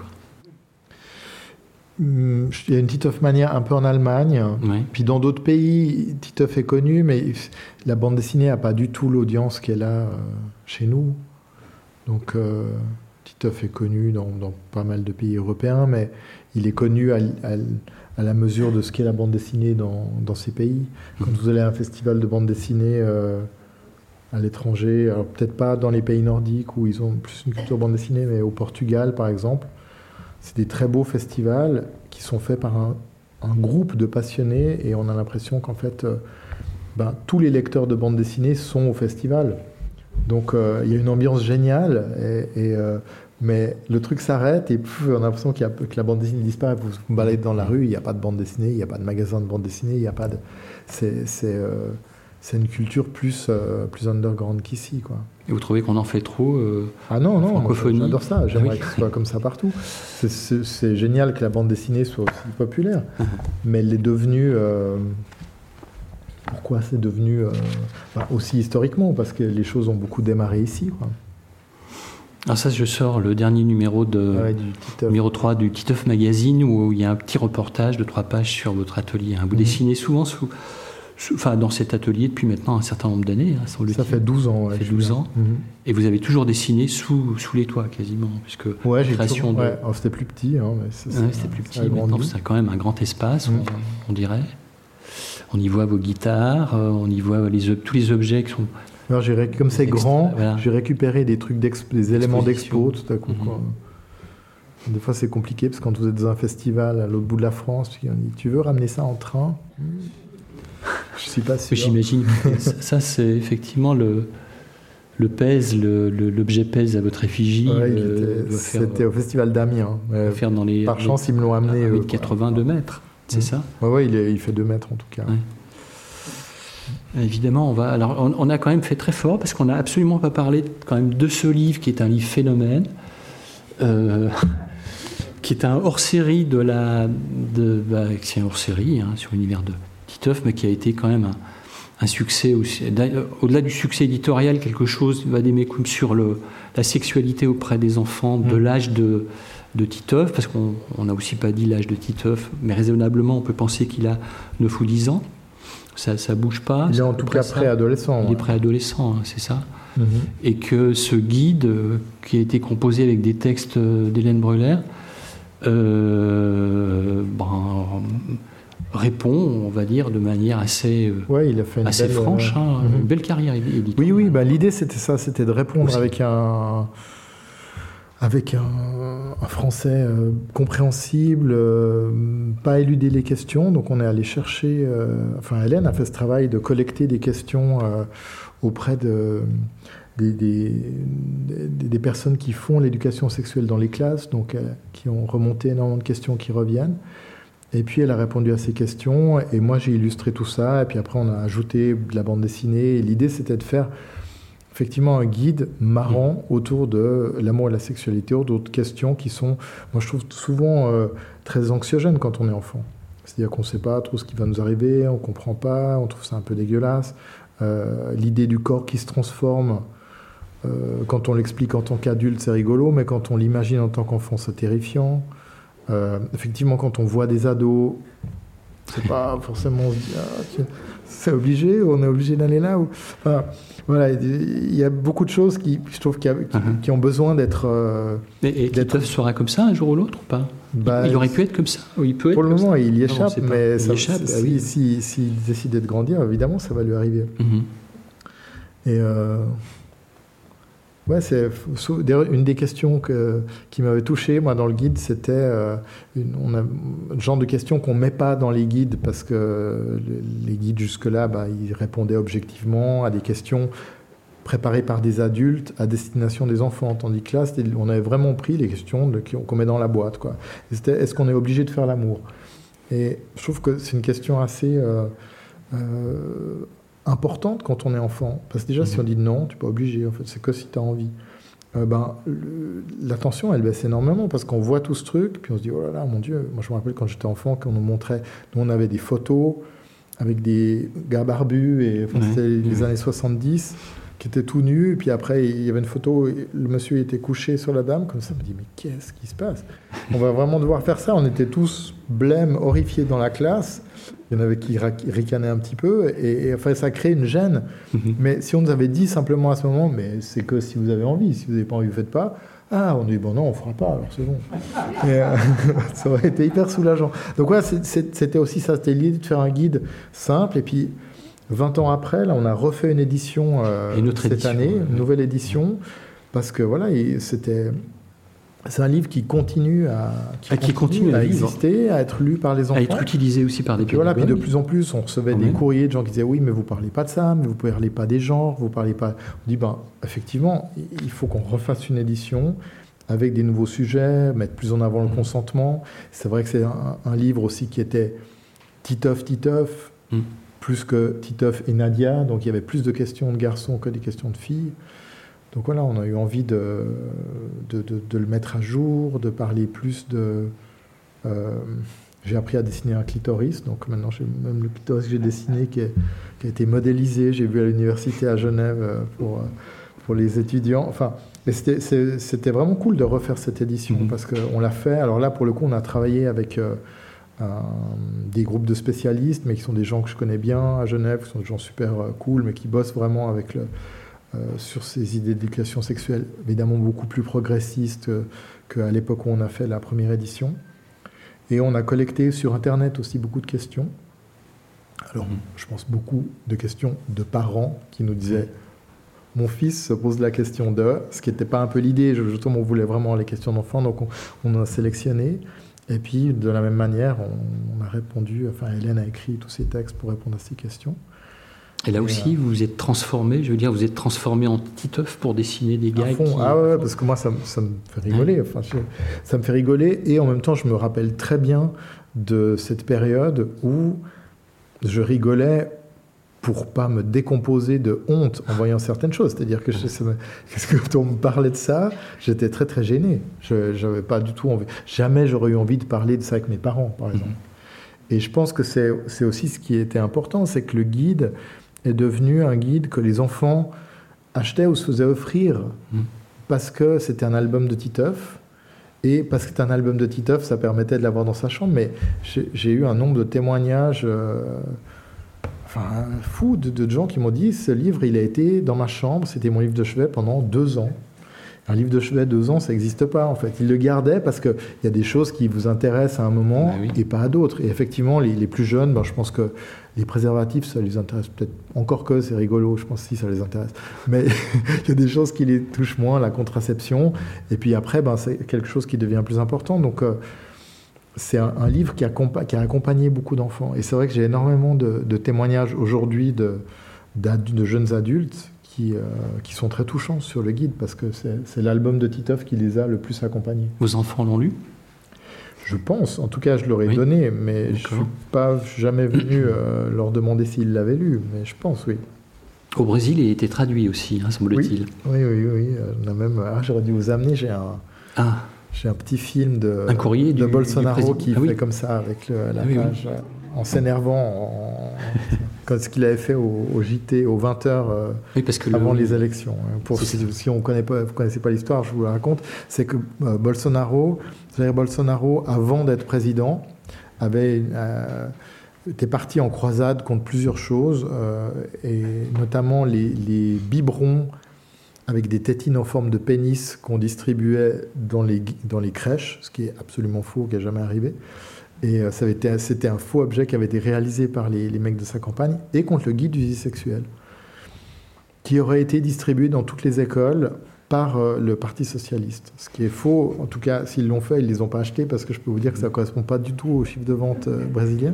Il y a une Titeuf mania un peu en Allemagne, puis dans d'autres pays, Titeuf est connu, mais la bande dessinée n'a pas du tout l'audience qu'elle a chez nous. Donc Titeuf est connu dans pas mal de pays européens, mais il est connu à la mesure de ce qu'est la bande dessinée dans ces pays. Quand vous allez à un festival de bande dessinée à l'étranger, alors peut-être pas dans les pays nordiques où ils ont plus une culture bande dessinée, mais au Portugal par exemple, c'est des très beaux festivals qui sont faits par un groupe de passionnés et on a l'impression qu'en fait, tous les lecteurs de bande dessinée sont au festival. Donc il y a une ambiance géniale, mais le truc s'arrête et on a l'impression que la bande dessinée disparaît. Vous vous baladez dans la rue, il n'y a pas de bande dessinée, il n'y a pas de magasin de bande dessinée, il n'y a pas de... C'est une culture plus underground qu'ici, quoi. Et vous trouvez qu'on en fait trop Ah non, francophonie? J'adore ça. J'aimerais que ce soit comme ça partout. C'est génial que la bande dessinée soit aussi populaire, mais elle est devenue... Pourquoi c'est devenu aussi historiquement? Parce que les choses ont beaucoup démarré ici, quoi. Alors ça, je sors le dernier numéro numéro 3 du Titeuf Magazine, où il y a un petit reportage de 3 pages sur votre atelier. Vous dessinez souvent dans cet atelier depuis maintenant un certain nombre d'années. Ça fait 12 ans. Ça fait 12 ans. Et vous avez toujours dessiné sous les toits, quasiment. Puisque c'était plus petit. C'était plus petit. Maintenant, c'est quand même un grand espace, on dirait. On y voit vos guitares, on y voit tous les objets qui sont... Alors, comme c'est grand, j'ai récupéré des trucs des éléments d'expo tout à coup. Quoi. Des fois, c'est compliqué, parce que quand vous êtes dans un festival à l'autre bout de la France, on dit, tu veux ramener ça en train? Je suis pas sûr. J'imagine que ça, c'est effectivement le pèse, l'objet pèse à votre effigie. C'était au festival d'Amiens. Par chance, ils me l'ont amené. 82 mètres, c'est ça? Oui, il fait 2 mètres en tout cas. Évidemment, on a quand même fait très fort parce qu'on n'a absolument pas parlé quand même de ce livre qui est un livre phénomène, qui est un hors-série c'est un hors-série sur l'univers de Titeuf, mais qui a été quand même un succès aussi. Au-delà du succès éditorial, quelque chose va d'aimer comme sur la sexualité auprès des enfants de l'âge de Titeuf, parce qu'on n'a aussi pas dit l'âge de Titeuf, mais raisonnablement, on peut penser qu'il a 9 ou 10 ans. Ça ne bouge pas. Il est en tout cas préadolescent. Il est préadolescent, c'est ça. Et que ce guide, qui a été composé avec des textes d'Hélène Breuler, répond, on va dire, de manière assez, il a fait assez franche, une belle carrière éditoriale. Oui, l'idée c'était ça, c'était de répondre avec un français compréhensible, pas éluder les questions. Donc on est allé chercher, Hélène a fait ce travail de collecter des questions auprès des personnes qui font l'éducation sexuelle dans les classes, donc qui ont remonté énormément de questions qui reviennent. Et puis elle a répondu à ces questions, et moi j'ai illustré tout ça, et puis après on a ajouté de la bande dessinée. Et l'idée c'était de faire effectivement un guide marrant autour de l'amour et la sexualité, autour d'autres questions qui sont, moi je trouve souvent très anxiogènes quand on est enfant. C'est-à-dire qu'on ne sait pas trop ce qui va nous arriver, on ne comprend pas, on trouve ça un peu dégueulasse. L'idée du corps qui se transforme, quand on l'explique en tant qu'adulte, c'est rigolo, mais quand on l'imagine en tant qu'enfant, c'est terrifiant. Effectivement, quand on voit des ados, c'est pas forcément on se dit c'est obligé, on est obligé d'aller là. Enfin, voilà, il y a beaucoup de choses qui, je trouve, qui ont besoin d'être. Et Titeuf sera comme ça un jour ou l'autre ou pas? Il aurait pu être comme ça. Ou il peut pour être le moment, ça. il y échappe, mais oui. S'il décide de grandir, évidemment, ça va lui arriver. Et c'est une des questions qui m'avait touché, moi, dans le guide, c'était le genre de questions qu'on ne met pas dans les guides, parce que les guides, jusque-là, ils répondaient objectivement à des questions préparées par des adultes à destination des enfants, tandis que là, on avait vraiment pris les questions qu'on met dans la boîte, quoi. Et c'était, est-ce qu'on est obligé de faire l'amour? Et je trouve que c'est une question assez importante quand on est enfant, parce que déjà si on dit non, tu n'es pas obligé, en fait, c'est que si tu as envie. L'attention elle baisse énormément parce qu'on voit tout ce truc, puis on se dit oh là là, mon Dieu. Moi je me rappelle quand j'étais enfant, qu'on nous montrait, nous on avait des photos avec des gars barbus, et c'était les années 70, qui étaient tout nus, et puis après il y avait une photo, le monsieur était couché sur la dame, comme ça, je me dis mais qu'est-ce qui se passe? On va vraiment devoir faire ça? On était tous blêmes, horrifiés dans la classe. Il y en avait qui ricanaient un petit peu, et enfin, ça crée une gêne. Mais si on nous avait dit simplement à ce moment, mais c'est que si vous avez envie, si vous n'avez pas envie, vous ne faites pas. On dit, bon non, on ne fera pas, alors c'est bon. Et, ça aurait été hyper soulageant. Donc voilà, c'était aussi ça, c'était l'idée de faire un guide simple, et puis 20 ans après, là, on a refait une édition cette année, une nouvelle édition, parce que voilà, c'est un livre qui continue à exister, à être lu par les enfants. À être utilisé aussi par des pédagogues. Puis de plus en plus, on recevait des courriers de gens qui disaient oui, mais vous ne parlez pas de ça, mais vous ne parlez pas des genres, vous ne parlez pas... On dit, effectivement, il faut qu'on refasse une édition avec des nouveaux sujets, mettre plus en avant le consentement. C'est vrai que c'est un livre aussi qui était Titeuf, plus que Titeuf et Nadia, donc il y avait plus de questions de garçons que des questions de filles. Donc voilà, on a eu envie de le mettre à jour, de parler plus de... j'ai appris à dessiner un clitoris, donc maintenant j'ai même le clitoris que j'ai dessiné qui a été modélisé, j'ai vu à l'université à Genève pour les étudiants. Enfin, mais c'était vraiment cool de refaire cette édition, parce qu'on l'a fait. Alors là, pour le coup, on a travaillé avec des groupes de spécialistes, mais qui sont des gens que je connais bien à Genève, qui sont des gens super cool, mais qui bossent vraiment avec sur ces idées d'éducation sexuelle, évidemment beaucoup plus progressistes qu'à l'époque où on a fait la première édition. Et on a collecté sur Internet aussi beaucoup de questions. Alors, je pense beaucoup de questions de parents qui nous disaient « Mon fils se pose la question de... » Ce qui n'était pas un peu l'idée, justement, on voulait vraiment les questions d'enfants, donc on a sélectionné. Et puis, de la même manière, on a répondu... Enfin, Hélène a écrit tous ces textes pour répondre à ces questions. Et là aussi, vous vous êtes transformé, vous êtes transformé en Titeuf pour dessiner des gags. Ah ouais, parce que moi, ça me fait rigoler. Enfin, ça me fait rigoler, et en même temps, je me rappelle très bien de cette période où je rigolais pour pas me décomposer de honte en voyant certaines choses. C'est-à-dire que quand on me parlait de ça, j'étais très très gêné. J'avais pas du tout envie. Jamais j'aurais eu envie de parler de ça avec mes parents, par exemple. Et je pense que c'est aussi ce qui était important, c'est que le guide est devenu un guide que les enfants achetaient ou se faisaient offrir parce que c'était un album de Titeuf. Et parce que c'était un album de Titeuf, ça permettait de l'avoir dans sa chambre. Mais j'ai eu un nombre de témoignages fous de gens qui m'ont dit « Ce livre, il a été dans ma chambre, c'était mon livre de chevet pendant 2 ans. » Un livre de chevet, 2 ans, ça n'existe pas, en fait. Il le gardait parce qu'il y a des choses qui vous intéressent à un moment et pas à d'autres. Et effectivement, les plus jeunes, je pense que les préservatifs, ça les intéresse peut-être encore que c'est rigolo, je pense que si, ça les intéresse. Mais il y a des choses qui les touchent moins, la contraception. Et puis après, c'est quelque chose qui devient plus important. Donc, c'est un livre qui a accompagné beaucoup d'enfants. Et c'est vrai que j'ai énormément de témoignages aujourd'hui de jeunes adultes qui sont très touchants sur le guide, parce que c'est l'album de Titeuf qui les a le plus accompagnés. Vos enfants l'ont lu ? Je pense, en tout cas je leur ai donné, mais je ne suis jamais venu leur demander s'ils l'avaient lu, mais je pense, oui. Au Brésil, il a été traduit aussi, semble-t-il. Oui. On a même, j'aurais dû vous amener, j'ai un petit film un courrier de Bolsonaro du qui fait comme ça, avec la page, en s'énervant, comme ce qu'il avait fait au JT, aux 20h, avant les élections. Pour si vous ne connaissez pas l'histoire, je vous la raconte. C'est que Bolsonaro, avant d'être président, était parti en croisade contre plusieurs choses, et notamment les biberons avec des tétines en forme de pénis qu'on distribuait dans les crèches, ce qui est absolument faux, qui n'est jamais arrivé. Et c'était un faux objet qui avait été réalisé par les mecs de sa campagne, et contre le guide du vice sexuel, qui aurait été distribué dans toutes les écoles par le Parti socialiste. Ce qui est faux, en tout cas, s'ils l'ont fait, ils ne les ont pas achetés, parce que je peux vous dire que ça ne correspond pas du tout au chiffre de vente brésilien.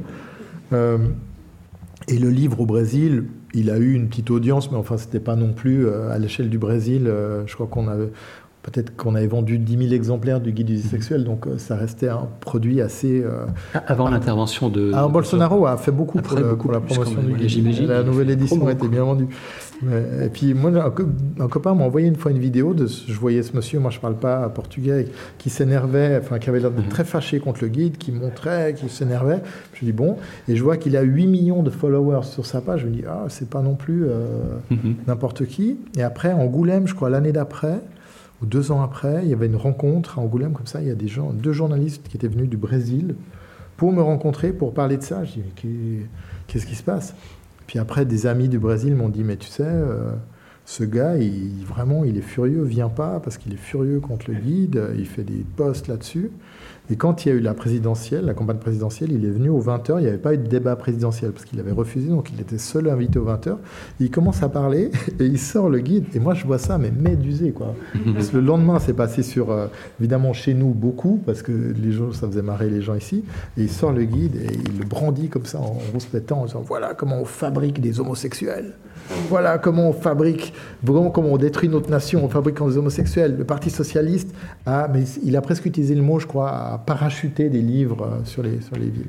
Et le livre au Brésil, il a eu une petite audience, mais enfin, ce n'était pas non plus à l'échelle du Brésil. Je crois peut-être qu'on avait vendu 10 000 exemplaires du guide du vice sexuel, donc ça restait un produit assez... Avant l'intervention de... Bolsonaro a fait beaucoup pour la promotion du guide. J'imagine. La nouvelle édition a été bien vendue. Et puis moi, un copain m'a envoyé une fois une vidéo, je voyais ce monsieur, moi je ne parle pas portugais, qui s'énervait, qui avait l'air d'être très fâché contre le guide, qui montrait, qui s'énervait. Je dis bon, et je vois qu'il a 8 millions de followers sur sa page. Je me dis, c'est pas non plus n'importe qui. Et après, Angoulême, je crois l'année d'après, ou 2 ans après, il y avait une rencontre à Angoulême, comme ça, il y a 2 journalistes qui étaient venus du Brésil pour me rencontrer, pour parler de ça. Je dis, mais qu'est-ce qui se passe ? Puis après, des amis du Brésil m'ont dit, mais tu sais, ce gars, il est furieux, viens pas, parce qu'il est furieux contre le guide, il fait des posts là-dessus. Et quand il y a eu la campagne présidentielle, il est venu aux 20h, il n'y avait pas eu de débat présidentiel, parce qu'il avait refusé, donc il était seul invité aux 20h. Il commence à parler, et il sort le guide, et moi je vois ça, mais médusé, quoi. Parce que le lendemain, c'est passé sur, évidemment, chez nous, beaucoup, parce que ça faisait marrer les gens ici, et il sort le guide, et il le brandit comme ça, en rouspétant, en disant, voilà comment on fabrique des homosexuels. Voilà comment on détruit notre nation en fabriquant des homosexuels. Le Parti socialiste mais il a presque utilisé le mot, je crois, à parachuter des livres sur les villes.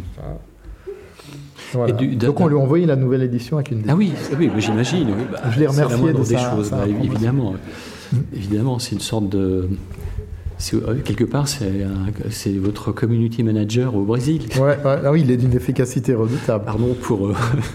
Voilà. Donc on lui a envoyé la nouvelle édition avec une... Ah oui, j'imagine. Oui, je l'ai remercié de ça. Évidemment, c'est une sorte de... quelque part, c'est votre community manager au Brésil. Oui, il est d'une efficacité redoutable. Pardon pour...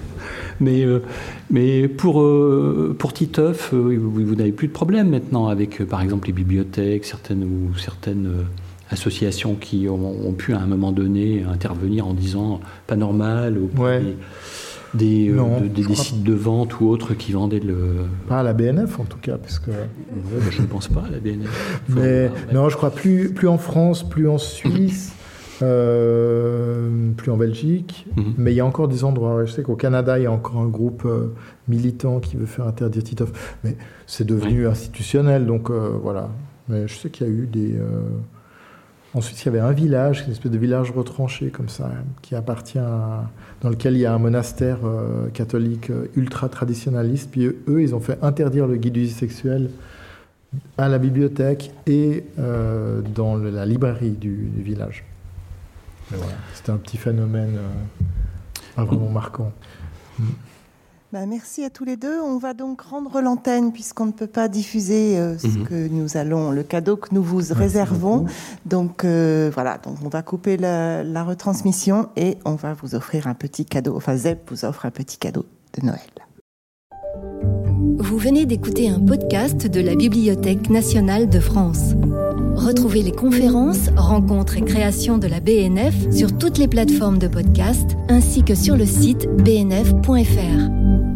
Mais pour Titeuf, vous n'avez plus de problème maintenant avec, par exemple, les bibliothèques, certaines associations qui ont pu à un moment donné intervenir en disant pas normal, ou des sites de vente ou autres qui vendaient Pas à la BNF en tout cas, puisque... je ne pense pas à la BNF. Non, je crois plus en France, plus en Suisse. Plus en Belgique, mais il y a encore des endroits. Je sais qu'au Canada, il y a encore un groupe militant qui veut faire interdire Titeuf, mais c'est devenu institutionnel, donc voilà. Mais je sais qu'il y a eu des... Ensuite, il y avait un village, une espèce de village retranché comme ça, qui appartient dans lequel il y a un monastère catholique ultra traditionnaliste. Puis eux, ils ont fait interdire le guide du vice sexuel à la bibliothèque et dans la librairie du village. Voilà. C'était un petit phénomène pas vraiment marquant. Merci à tous les deux. On va donc rendre l'antenne puisqu'on ne peut pas diffuser le cadeau que nous vous réservons. Donc voilà, donc on va couper la retransmission et on va vous offrir un petit cadeau. Enfin, Zeb vous offre un petit cadeau de Noël. Vous venez d'écouter un podcast de la Bibliothèque nationale de France. Retrouvez les conférences, rencontres et créations de la BNF sur toutes les plateformes de podcast ainsi que sur le site bnf.fr.